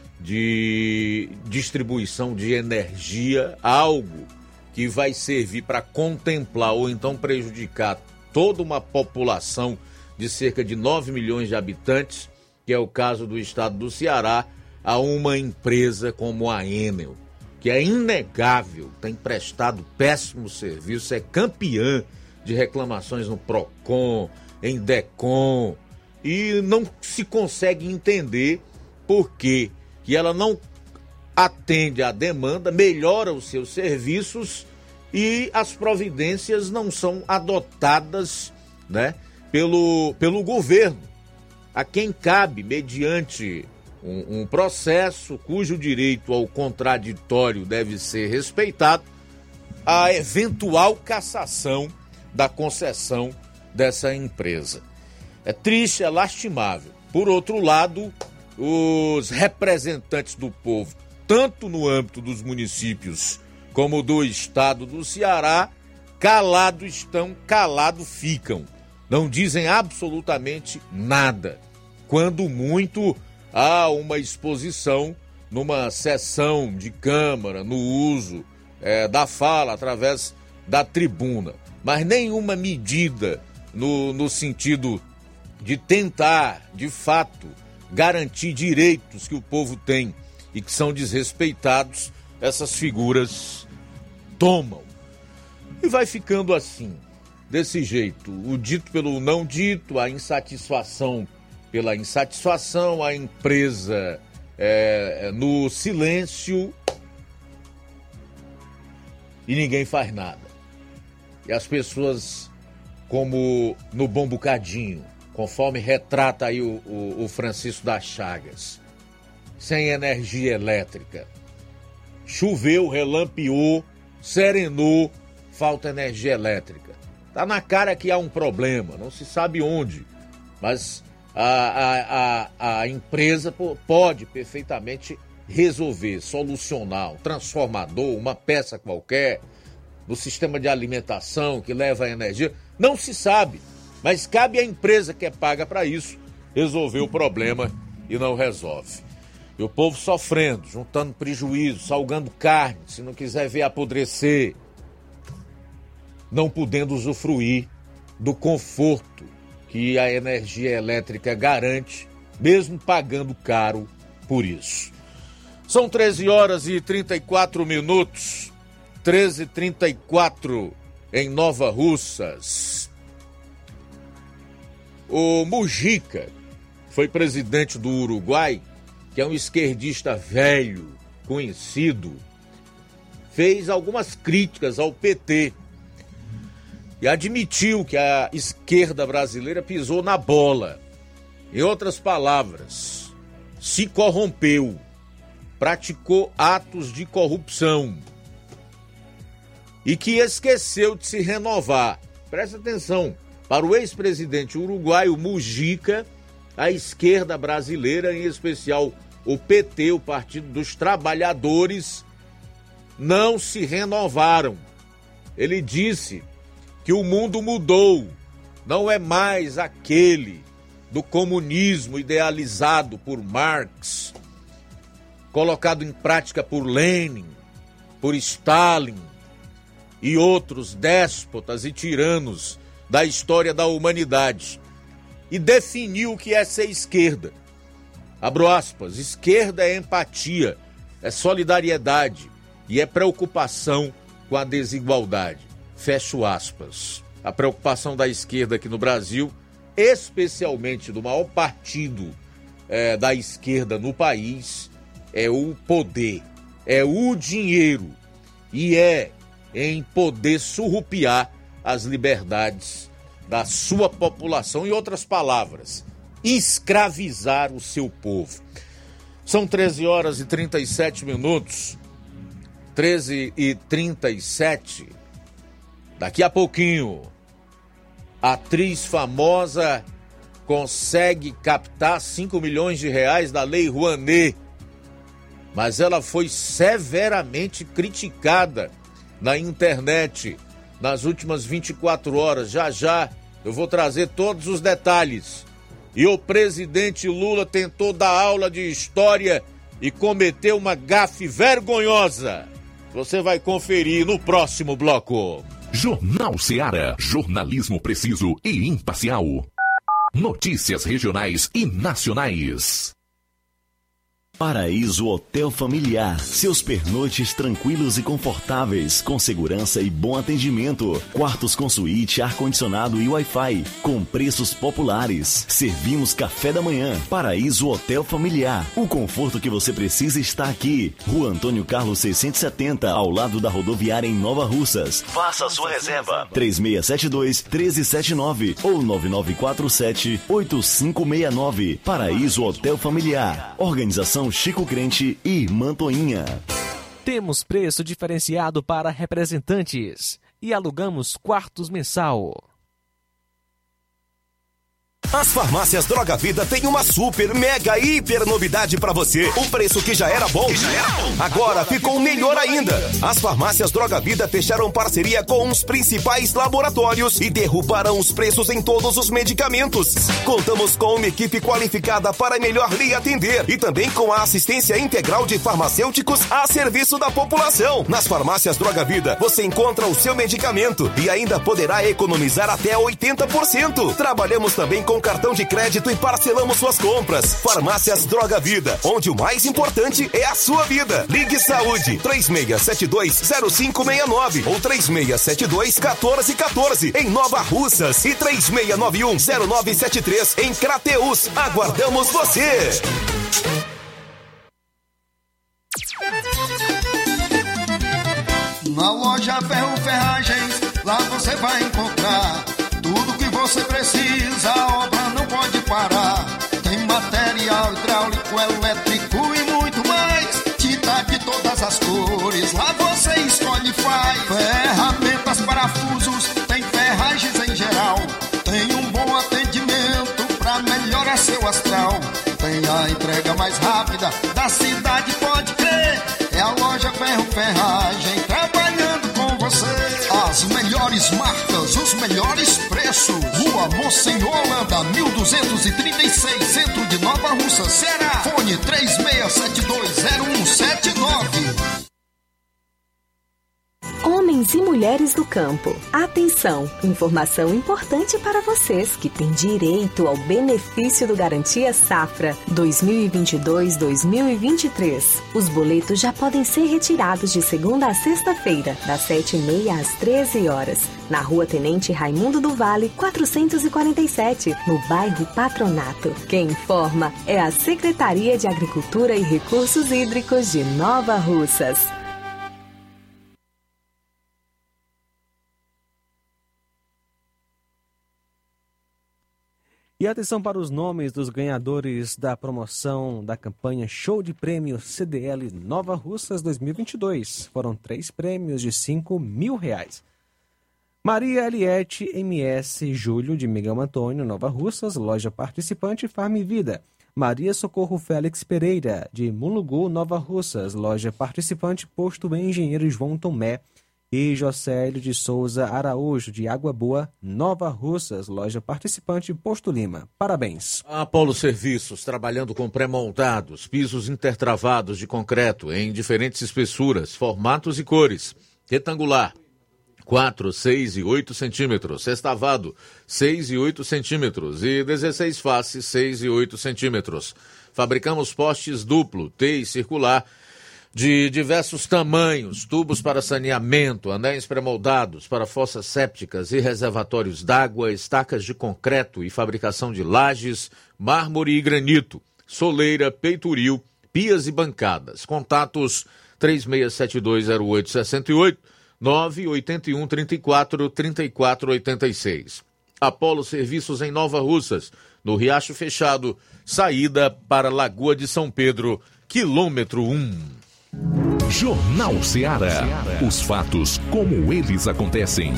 de distribuição de energia, algo que vai servir para contemplar ou então prejudicar toda uma população de cerca de nove milhões de habitantes, que é o caso do estado do Ceará, a uma empresa como a Enel, que é inegável, tem prestado péssimo serviço, é campeã de reclamações no Procon, em Decon, e não se consegue entender por que que ela não atende à demanda, melhora os seus serviços e as providências não são adotadas, né, pelo, pelo governo, a quem cabe, mediante um, um processo cujo direito ao contraditório deve ser respeitado, a eventual cassação da concessão dessa empresa. É triste, é lastimável. Por outro lado, os representantes do povo, tanto no âmbito dos municípios como do estado do Ceará, calado estão, calado ficam. Não dizem absolutamente nada. Quando muito, há uma exposição numa sessão de Câmara, no uso é, da fala, através da tribuna. Mas nenhuma medida no, no sentido de tentar, de fato, garantir direitos que o povo tem e que são desrespeitados, essas figuras tomam. E vai ficando assim, desse jeito, o dito pelo não dito, a insatisfação pela insatisfação, a empresa é, no silêncio e ninguém faz nada. E as pessoas, como no Bom Bocadinho, conforme retrata aí o, o, o Francisco das Chagas, sem energia elétrica. Choveu, relampeou, serenou, falta energia elétrica. Tá na cara que há um problema, não se sabe onde, mas a, a, a, a empresa pode perfeitamente resolver, solucionar um transformador, uma peça qualquer, no sistema de alimentação que leva a energia, não se sabe, mas cabe à empresa que é paga para isso resolver o problema e não resolve. E o povo sofrendo, juntando prejuízo, salgando carne, se não quiser ver apodrecer, não podendo usufruir do conforto que a energia elétrica garante, mesmo pagando caro por isso. São treze horas e trinta e quatro minutos, treze e trinta e quatro em Nova Russas. O Mujica foi presidente do Uruguai, que é um esquerdista velho, conhecido, fez algumas críticas ao P T e admitiu que a esquerda brasileira pisou na bola. Em outras palavras, se corrompeu, praticou atos de corrupção e que esqueceu de se renovar. Presta atenção, para o ex-presidente uruguaio Mujica, a esquerda brasileira, em especial o P T, o Partido dos Trabalhadores, não se renovaram. Ele disse que o mundo mudou, não é mais aquele do comunismo idealizado por Marx, colocado em prática por Lenin, por Stalin e outros déspotas e tiranos da história da humanidade, e definiu o que é ser esquerda. Abro aspas, esquerda é empatia, é solidariedade e é preocupação com a desigualdade. Fecho aspas. A preocupação da esquerda aqui no Brasil, especialmente do maior partido é, da esquerda no país, é o poder, é o dinheiro e é em poder surrupiar as liberdades da sua população. Em outras palavras, escravizar o seu povo. São treze horas e trinta e sete minutos, treze e trinta e sete. Daqui a pouquinho, a atriz famosa consegue captar cinco milhões de reais da Lei Rouanet, mas ela foi severamente criticada na internet nas últimas vinte e quatro horas. Já já eu vou trazer todos os detalhes. E o presidente Lula tentou dar aula de história e cometeu uma gafe vergonhosa. Você vai conferir no próximo bloco. Jornal Ceará, jornalismo preciso e imparcial. Notícias regionais e nacionais. Paraíso Hotel Familiar. Seus pernoites tranquilos e confortáveis, com segurança e bom atendimento. Quartos com suíte, ar-condicionado e Wi-Fi, com preços populares. Servimos café da manhã. Paraíso Hotel Familiar. O conforto que você precisa está aqui. Rua Antônio Carlos seiscentos e setenta, ao lado da rodoviária em Nova Russas. Faça a sua reserva. três seis sete dois, um três sete nove ou nove nove quatro sete, oito cinco seis nove. Paraíso Hotel Familiar. Organização Chico Crente e Mantoinha. Temos preço diferenciado para representantes e alugamos quartos mensal. As farmácias Droga Vida tem uma super, mega, hiper novidade pra você. O preço que já era bom, agora ficou melhor ainda. As farmácias Droga Vida fecharam parceria com os principais laboratórios e derrubaram os preços em todos os medicamentos. Contamos com uma equipe qualificada para melhor lhe atender e também com a assistência integral de farmacêuticos a serviço da população. Nas farmácias Droga Vida você encontra o seu medicamento e ainda poderá economizar até oitenta por cento. Trabalhamos também com cartão de crédito e parcelamos suas compras. Farmácias Droga Vida, onde o mais importante é a sua vida. Ligue Saúde três seis sete dois, zero cinco seis nove ou três seis sete dois, um quatro um quatro em Nova Russas e três seis nove um, zero nove sete três em Crateús. Aguardamos você! Na loja Ferro Ferragens, lá você vai encontrar tudo que você precisa, a obra não pode parar. Tem material hidráulico, elétrico e muito mais. Tinta de todas as cores, lá você escolhe e faz. Ferramentas, parafusos, tem ferragens em geral. Tem um bom atendimento pra melhorar seu astral. Tem a entrega mais rápida da cidade, pode crer. É a loja Ferro Ferragem trabalhando com você. As melhores marcas, os melhores preços. Rua Monsenhor Holanda, mil duzentos e trinta e seis, centro de Nova Russa, Ceará. Fone três seis sete dois, zero um sete nove. Homens e mulheres do campo, atenção! Informação importante para vocês que têm direito ao benefício do Garantia Safra dois mil e vinte e dois a dois mil e vinte e três. Os boletos já podem ser retirados de segunda a sexta-feira, das sete e meia às treze horas, na Rua Tenente Raimundo do Vale, quatrocentos e quarenta e sete, no bairro Patronato. Quem informa é a Secretaria de Agricultura e Recursos Hídricos de Nova Russas. E atenção para os nomes dos ganhadores da promoção da campanha Show de Prêmio C D L Nova Russas dois mil e vinte e dois. Foram três prêmios de cinco mil reais. Maria Eliette M S Júlio de Miguel Antônio, Nova Russas, loja participante Farm Vida. Maria Socorro Félix Pereira, de Mulugu, Nova Russas, loja participante Posto Engenheiro João Tomé. E Jocélio de Souza Araújo, de Água Boa, Nova Russas, loja participante Posto Lima. Parabéns. Apolo Serviços, trabalhando com pré-moldados, pisos intertravados de concreto em diferentes espessuras, formatos e cores. Retangular, quatro, seis e oito centímetros. Sextavado, seis e oito centímetros. E dezesseis faces, seis e oito centímetros. Fabricamos postes duplo, T e circular, de diversos tamanhos, tubos para saneamento, anéis pré-moldados para fossas sépticas e reservatórios d'água, estacas de concreto e fabricação de lajes, mármore e granito, soleira, peitoril, pias e bancadas. Contatos três seis sete dois, zero oito seis oito, nove oito um, três quatro, três quatro oito seis. Apolo Serviços em Nova Russas, no Riacho Fechado, saída para Lagoa de São Pedro, quilômetro um. Jornal Ceará. Os fatos como eles acontecem.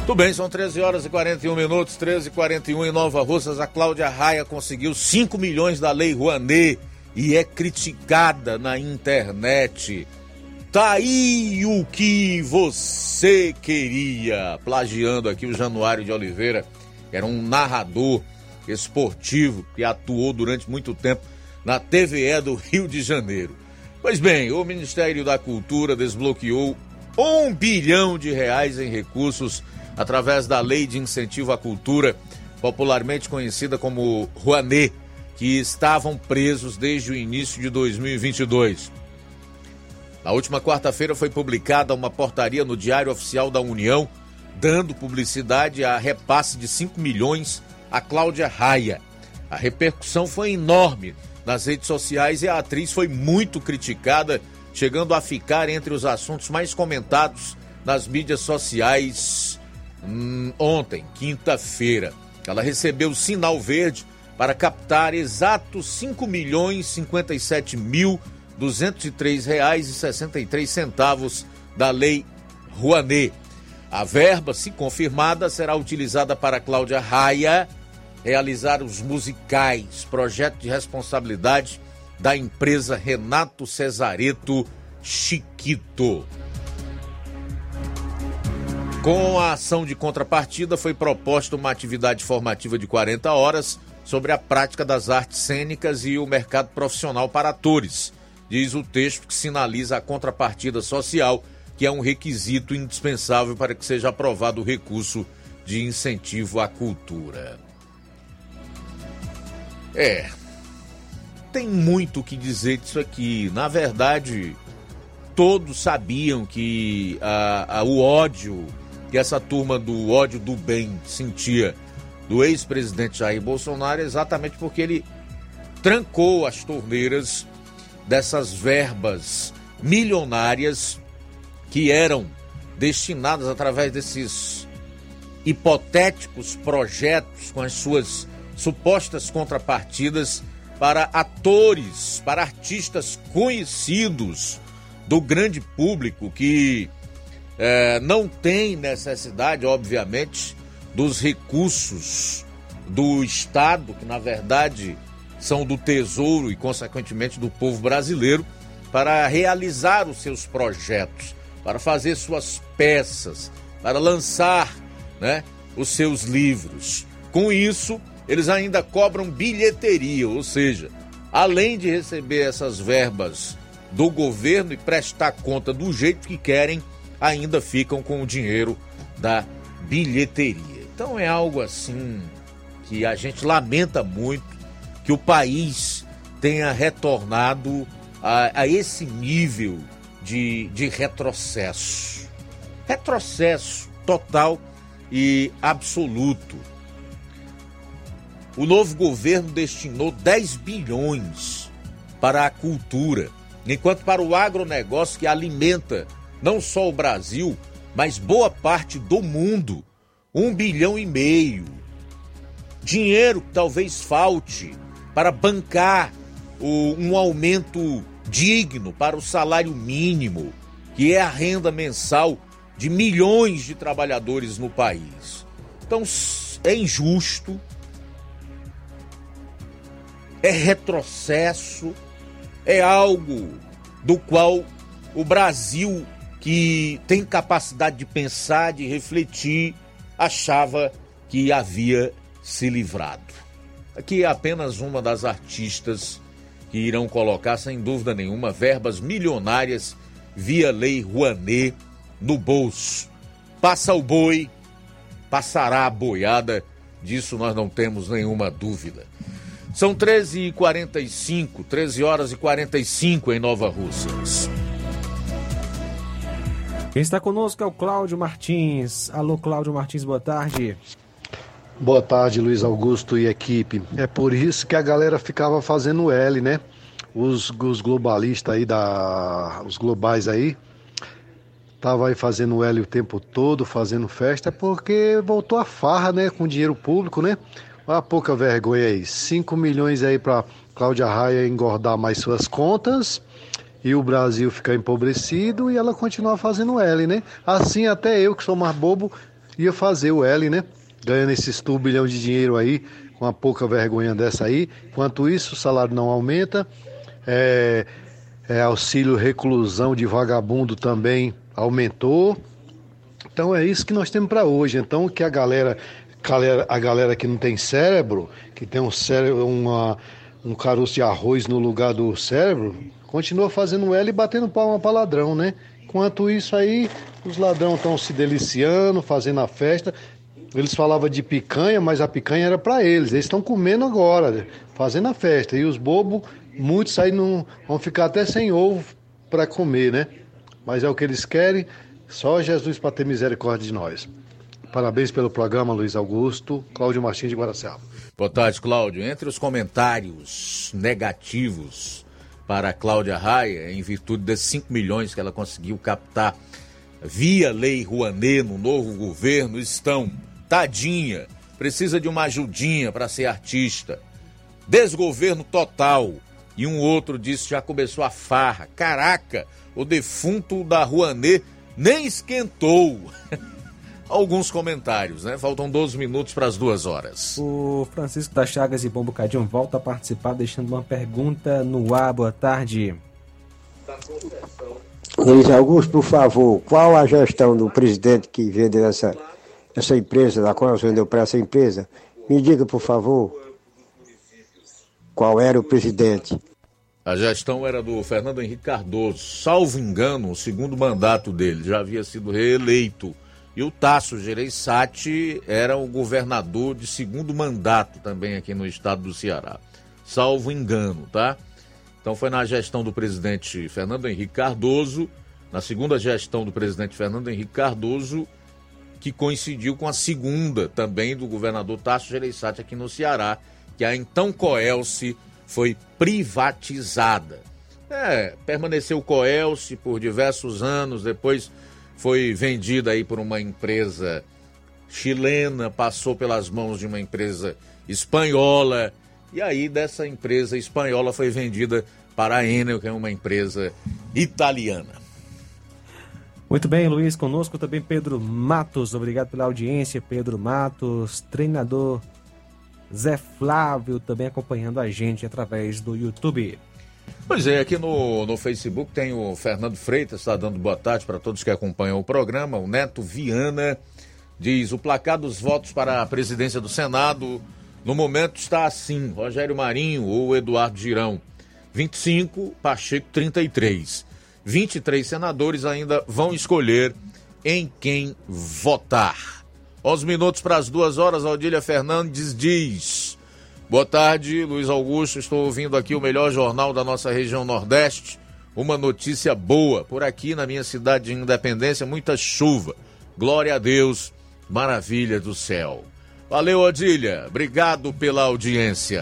Tudo bem, são treze horas e quarenta e um minutos, treze e quarenta e um em Nova Russas. A Cláudia Raia conseguiu cinco milhões da Lei Rouanet e é criticada na internet. Tá aí o que você queria. Plagiando aqui o Januário de Oliveira, que era um narrador esportivo que atuou durante muito tempo na T V E do Rio de Janeiro. Pois bem, o Ministério da Cultura desbloqueou um bilhão de reais em recursos através da Lei de Incentivo à Cultura, popularmente conhecida como Rouanet, que estavam presos desde o início de dois mil e vinte e dois. Na última quarta-feira foi publicada uma portaria no Diário Oficial da União, dando publicidade a repasse de cinco milhões a Cláudia Raia. A repercussão foi enorme nas redes sociais e a atriz foi muito criticada, chegando a ficar entre os assuntos mais comentados nas mídias sociais hum, ontem, quinta-feira. Ela recebeu sinal verde para captar exatos cinco milhões cinquenta e sete mil duzentos e três reais e sessenta e três centavos da Lei Rouanet. A verba, se confirmada, será utilizada para Cláudia Raia realizar os musicais, projeto de responsabilidade da empresa Renato Cesareto Chiquito. Com a ação de contrapartida, foi proposta uma atividade formativa de quarenta horas sobre a prática das artes cênicas e o mercado profissional para atores, diz o texto que sinaliza a contrapartida social, que é um requisito indispensável para que seja aprovado o recurso de incentivo à cultura. É, tem muito o que dizer disso aqui. Na verdade, todos sabiam que a, a, o ódio que essa turma do ódio do bem sentia do ex-presidente Jair Bolsonaro é exatamente porque ele trancou as torneiras dessas verbas milionárias que eram destinadas através desses hipotéticos projetos com as suas supostas contrapartidas para atores, para artistas conhecidos do grande público que é, não tem necessidade, obviamente, dos recursos do Estado, que na verdade são do Tesouro e, consequentemente, do povo brasileiro, para realizar os seus projetos, para fazer suas peças, para lançar, né, os seus livros. Com isso, eles ainda cobram bilheteria, ou seja, além de receber essas verbas do governo e prestar conta do jeito que querem, ainda ficam com o dinheiro da bilheteria. Então é algo assim que a gente lamenta muito que o país tenha retornado a, a esse nível de, de retrocesso. Retrocesso total e absoluto. O novo governo destinou dez bilhões para a cultura, enquanto para o agronegócio que alimenta não só o Brasil, mas boa parte do mundo, um bilhão e meio. Dinheiro que talvez falte para bancar o, um aumento digno para o salário mínimo, que é a renda mensal de milhões de trabalhadores no país. Então é injusto, é retrocesso, é algo do qual o Brasil, que tem capacidade de pensar, de refletir, achava que havia se livrado. Aqui é apenas uma das artistas que irão colocar, sem dúvida nenhuma, verbas milionárias via Lei Rouanet no bolso. Passa o boi, passará a boiada, disso nós não temos nenhuma dúvida. São treze e quarenta e cinco, treze horas e quarenta e cinco em Nova Russas. Quem está conosco é o Cláudio Martins. Alô, Cláudio Martins, boa tarde. Boa tarde, Luiz Augusto e equipe. É por isso que a galera ficava fazendo L, né? Os, os globalistas aí, da, os globais aí, tava aí fazendo L o tempo todo, fazendo festa, porque voltou a farra, né? Com dinheiro público, né? Olha a pouca vergonha aí. cinco milhões aí pra Cláudia Raia engordar mais suas contas e o Brasil ficar empobrecido e ela continuar fazendo L, né? Assim até eu, que sou mais bobo, ia fazer o L, né? Ganhando esses turbilhão de dinheiro aí, com a pouca vergonha dessa aí. Enquanto isso, o salário não aumenta, é, é, auxílio reclusão de vagabundo também aumentou. Então é isso que nós temos para hoje. Então que a galera, a galera que não tem cérebro, que tem um cérebro, uma, um caroço de arroz no lugar do cérebro, continua fazendo L e batendo palma para ladrão, né? Enquanto isso aí, os ladrões estão se deliciando, fazendo a festa. Eles falavam de picanha, mas a picanha era para eles. Eles estão comendo agora, fazendo a festa. E os bobos, muitos aí não vão ficar até sem ovo para comer, né? Mas é o que eles querem. Só Jesus para ter misericórdia de nós. Parabéns pelo programa, Luiz Augusto. Cláudio Martins de Guaraciaba. Boa tarde, Cláudio. Entre os comentários negativos para a Cláudia Raia, em virtude desses cinco milhões que ela conseguiu captar via Lei Rouanet no novo governo, estão: tadinha, precisa de uma ajudinha para ser artista, desgoverno total. E um outro disse: já começou a farra. Caraca, o defunto da Rouanet nem esquentou. Alguns comentários, né? Faltam doze minutos para as duas horas. O Francisco da Chagas e Bom Bocadinho volta a participar, deixando uma pergunta no ar. Boa tarde. Luiz Augusto, por favor, qual a gestão do presidente que vendeu essa, essa empresa, da qual vendeu para essa empresa? Me diga, por favor, qual era o presidente. A gestão era do Fernando Henrique Cardoso. Salvo engano, o segundo mandato dele já havia sido reeleito. E o Tasso Gereissati era o governador de segundo mandato também aqui no estado do Ceará. Salvo engano, tá? Então foi na gestão do presidente Fernando Henrique Cardoso, na segunda gestão do presidente Fernando Henrique Cardoso, que coincidiu com a segunda também do governador Tasso Gereissati aqui no Ceará, que a então Coelce foi privatizada. É, permaneceu Coelce por diversos anos, depois foi vendida aí por uma empresa chilena, passou pelas mãos de uma empresa espanhola, e aí dessa empresa espanhola foi vendida para a Enel, que é uma empresa italiana. Muito bem, Luiz, conosco também Pedro Matos. Obrigado pela audiência, Pedro Matos. Treinador Zé Flávio também acompanhando a gente através do YouTube. Pois é, aqui no, no Facebook tem o Fernando Freitas, está dando boa tarde para todos que acompanham o programa. O Neto Viana diz: o placar dos votos para a presidência do Senado no momento está assim: Rogério Marinho ou Eduardo Girão, vinte e cinco, Pacheco trinta e três. vinte e três senadores ainda vão escolher em quem votar. onze minutos para as duas horas, Aldília Fernandes diz: boa tarde, Luiz Augusto, estou ouvindo aqui o melhor jornal da nossa região Nordeste. Uma notícia boa, por aqui na minha cidade de Independência, muita chuva. Glória a Deus, maravilha do céu. Valeu, Odília, obrigado pela audiência.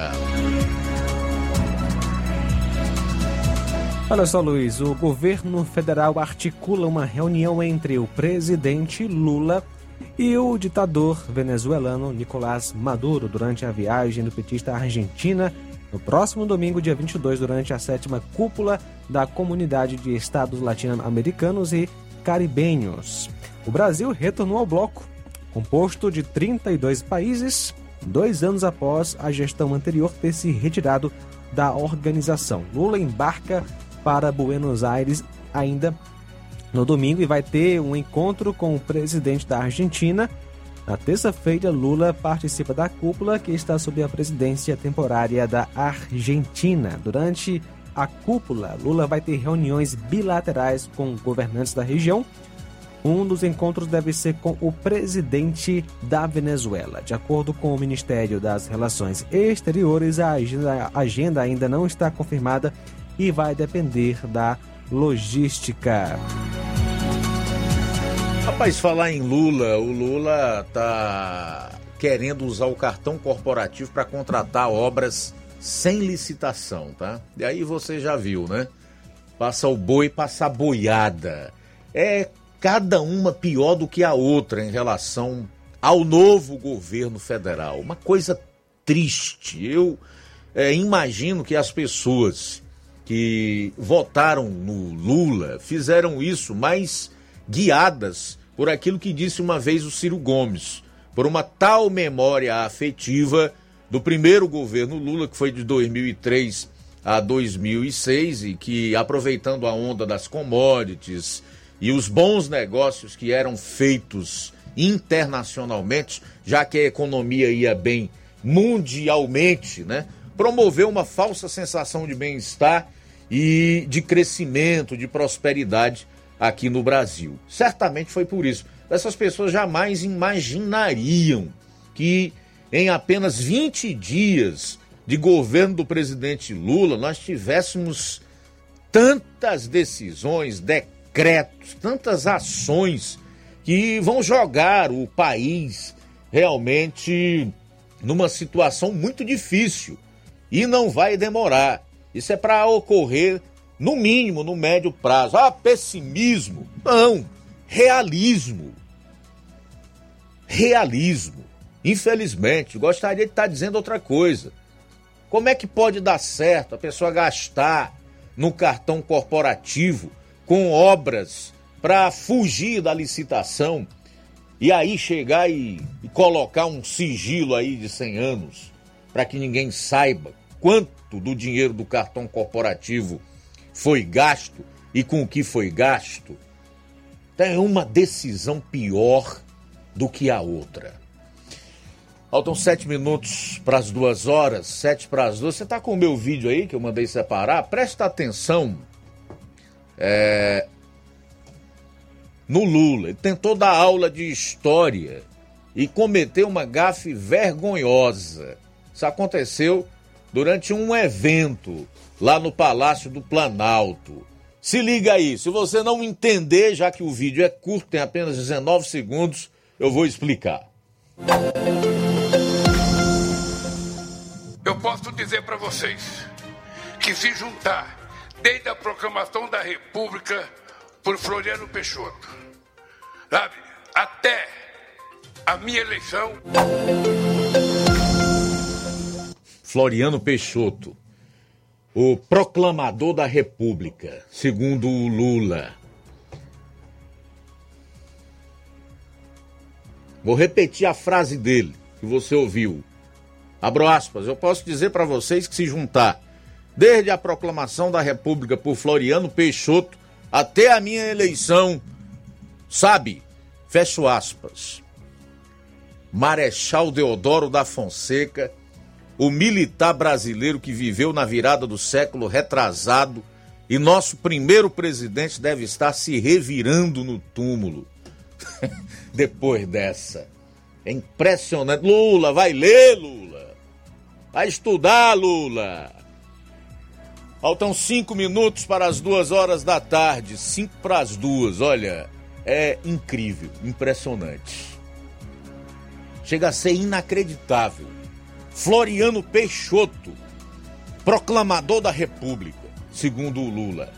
Olha só, Luiz, o governo federal articula uma reunião entre o presidente Lula e o ditador venezuelano Nicolás Maduro durante a viagem do petista à Argentina no próximo domingo, dia vinte e dois, durante a sétima cúpula da Comunidade de Estados Latino-Americanos e Caribenhos. O Brasil retornou ao bloco, composto de trinta e dois países, dois anos após a gestão anterior ter se retirado da organização. Lula embarca para Buenos Aires ainda no domingo e vai ter um encontro com o presidente da Argentina. Na terça-feira, Lula participa da cúpula que está sob a presidência temporária da Argentina. Durante a cúpula, Lula vai ter reuniões bilaterais com governantes da região. Um dos encontros deve ser com o presidente da Venezuela. De acordo com o Ministério das Relações Exteriores, a agenda, a agenda ainda não está confirmada e vai depender da logística. Rapaz, falar em Lula, o Lula tá querendo usar o cartão corporativo para contratar obras sem licitação, tá? E aí você já viu, né? Passa o boi, passa a boiada. É cada uma pior do que a outra em relação ao novo governo federal. Uma coisa triste. Eu é, imagino que as pessoas que votaram no Lula fizeram isso mais guiadas por aquilo que disse uma vez o Ciro Gomes, por uma tal memória afetiva do primeiro governo Lula, que foi de dois mil e três a dois mil e seis, e que, aproveitando a onda das commodities e os bons negócios que eram feitos internacionalmente, já que a economia ia bem mundialmente, né, promoveu uma falsa sensação de bem-estar e de crescimento, de prosperidade aqui no Brasil. Certamente foi por isso. Essas pessoas jamais imaginariam que em apenas vinte dias de governo do presidente Lula nós tivéssemos tantas decisões, decretos, tantas ações que vão jogar o país realmente numa situação muito difícil. E não vai demorar. Isso é para ocorrer, no mínimo, no médio prazo. Ah, pessimismo. Não. Realismo. Realismo. Infelizmente, gostaria de estar dizendo outra coisa. Como é que pode dar certo a pessoa gastar no cartão corporativo com obras para fugir da licitação e aí chegar e, e colocar um sigilo aí de cem anos para que ninguém saiba quanto do dinheiro do cartão corporativo foi gasto e com o que foi gasto? Tem uma decisão pior do que a outra. Faltam sete minutos para as duas horas, sete para as duas. Você está com o meu vídeo aí que eu mandei separar? Presta atenção é, no Lula. Ele tentou dar aula de história e cometeu uma gafe vergonhosa. Isso aconteceu durante um evento lá no Palácio do Planalto. Se liga aí, se você não entender, já que o vídeo é curto, tem apenas dezenove segundos, eu vou explicar. Eu posso dizer para vocês que se juntar desde a proclamação da República por Floriano Peixoto, sabe, até a minha eleição... Floriano Peixoto, o proclamador da República, segundo o Lula. Vou repetir a frase dele, que você ouviu. Abro aspas, eu posso dizer para vocês que se juntar desde a proclamação da República por Floriano Peixoto até a minha eleição, sabe, fecho aspas, Marechal Deodoro da Fonseca, o militar brasileiro que viveu na virada do século retrasado e nosso primeiro presidente deve estar se revirando no túmulo. Depois dessa. É impressionante. Lula, vai ler, Lula. Vai estudar, Lula. Faltam cinco minutos para as duas horas da tarde. Cinco para as duas. Olha, é incrível, impressionante. Chega a ser inacreditável. Floriano Peixoto, proclamador da República, segundo o Lula.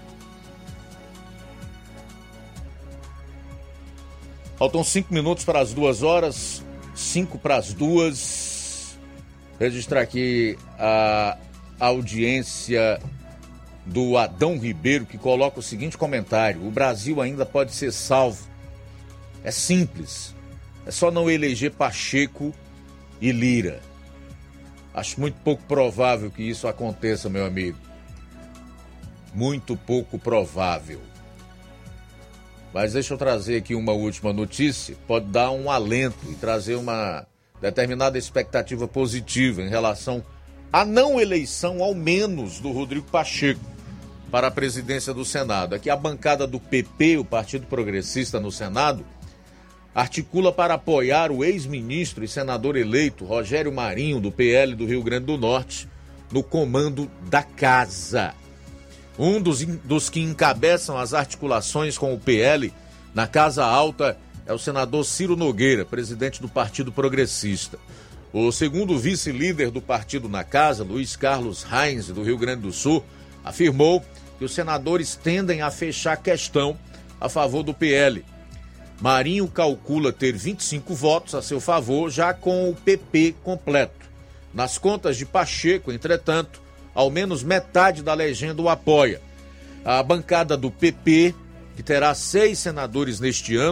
Faltam cinco minutos para as duas horas, cinco para as duas. Registrar aqui a audiência do Adão Ribeiro, que coloca o seguinte comentário: o Brasil ainda pode ser salvo. É simples, é só não eleger Pacheco e Lira. Acho muito pouco provável que isso aconteça, meu amigo. Muito pouco provável. Mas deixa eu trazer aqui uma última notícia. Pode dar um alento e trazer uma determinada expectativa positiva em relação à não eleição, ao menos, do Rodrigo Pacheco para a presidência do Senado. Aqui a bancada do P P, o Partido Progressista no Senado, articula para apoiar o ex-ministro e senador eleito Rogério Marinho, do P L do Rio Grande do Norte, no comando da casa. Um dos, dos que encabeçam as articulações com o P L na Casa Alta é o senador Ciro Nogueira, presidente do Partido Progressista. O segundo vice-líder do partido na casa, Luiz Carlos Reins, do Rio Grande do Sul, afirmou que os senadores tendem a fechar a questão a favor do P L. Marinho calcula ter vinte e cinco votos a seu favor, já com o P P completo. Nas contas de Pacheco, entretanto, ao menos metade da legenda o apoia. A bancada do P P, que terá seis senadores neste ano,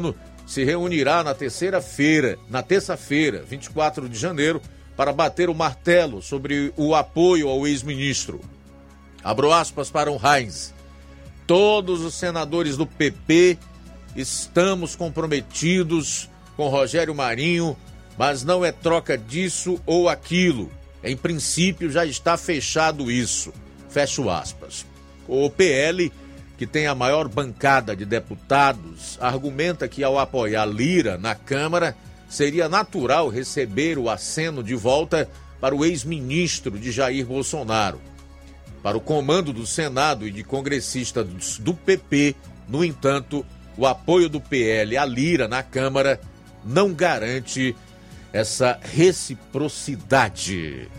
se reunirá na terceira-feira, na terça-feira, vinte e quatro de janeiro, para bater o martelo sobre o apoio ao ex-ministro. Abro aspas para o Heinz. Todos os senadores do P P estamos comprometidos com Rogério Marinho, mas não é troca disso ou aquilo. Em princípio já está fechado isso. Fecho aspas. O P L, que tem a maior bancada de deputados, argumenta que ao apoiar Lira na Câmara, seria natural receber o aceno de volta para o ex-ministro de Jair Bolsonaro. Para o comando do Senado e de congressistas do P P, no entanto, o apoio do P L a Lira na Câmara não garante essa reciprocidade.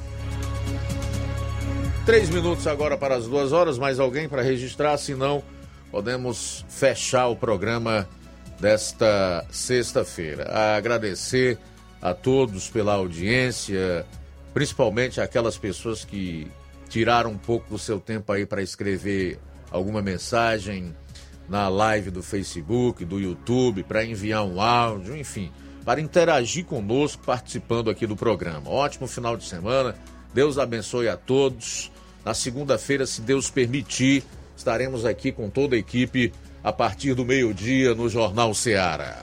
Três minutos agora para as duas horas, mais alguém para registrar, senão podemos fechar o programa desta sexta-feira. Agradecer a todos pela audiência, principalmente aquelas pessoas que tiraram um pouco do seu tempo aí para escrever alguma mensagem na live do Facebook, do YouTube, para enviar um áudio, enfim, para interagir conosco participando aqui do programa. Ótimo final de semana, Deus abençoe a todos. Na segunda-feira, se Deus permitir, estaremos aqui com toda a equipe a partir do meio-dia no Jornal Ceará.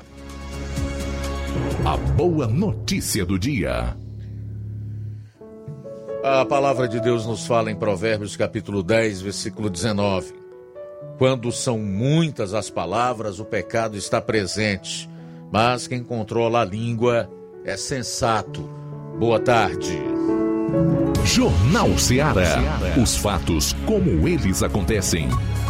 A boa notícia do dia. A palavra de Deus nos fala em Provérbios capítulo dez, versículo dezenove. Quando são muitas as palavras, o pecado está presente, mas quem controla a língua é sensato. Boa tarde. Jornal Ceará. Os fatos como eles acontecem.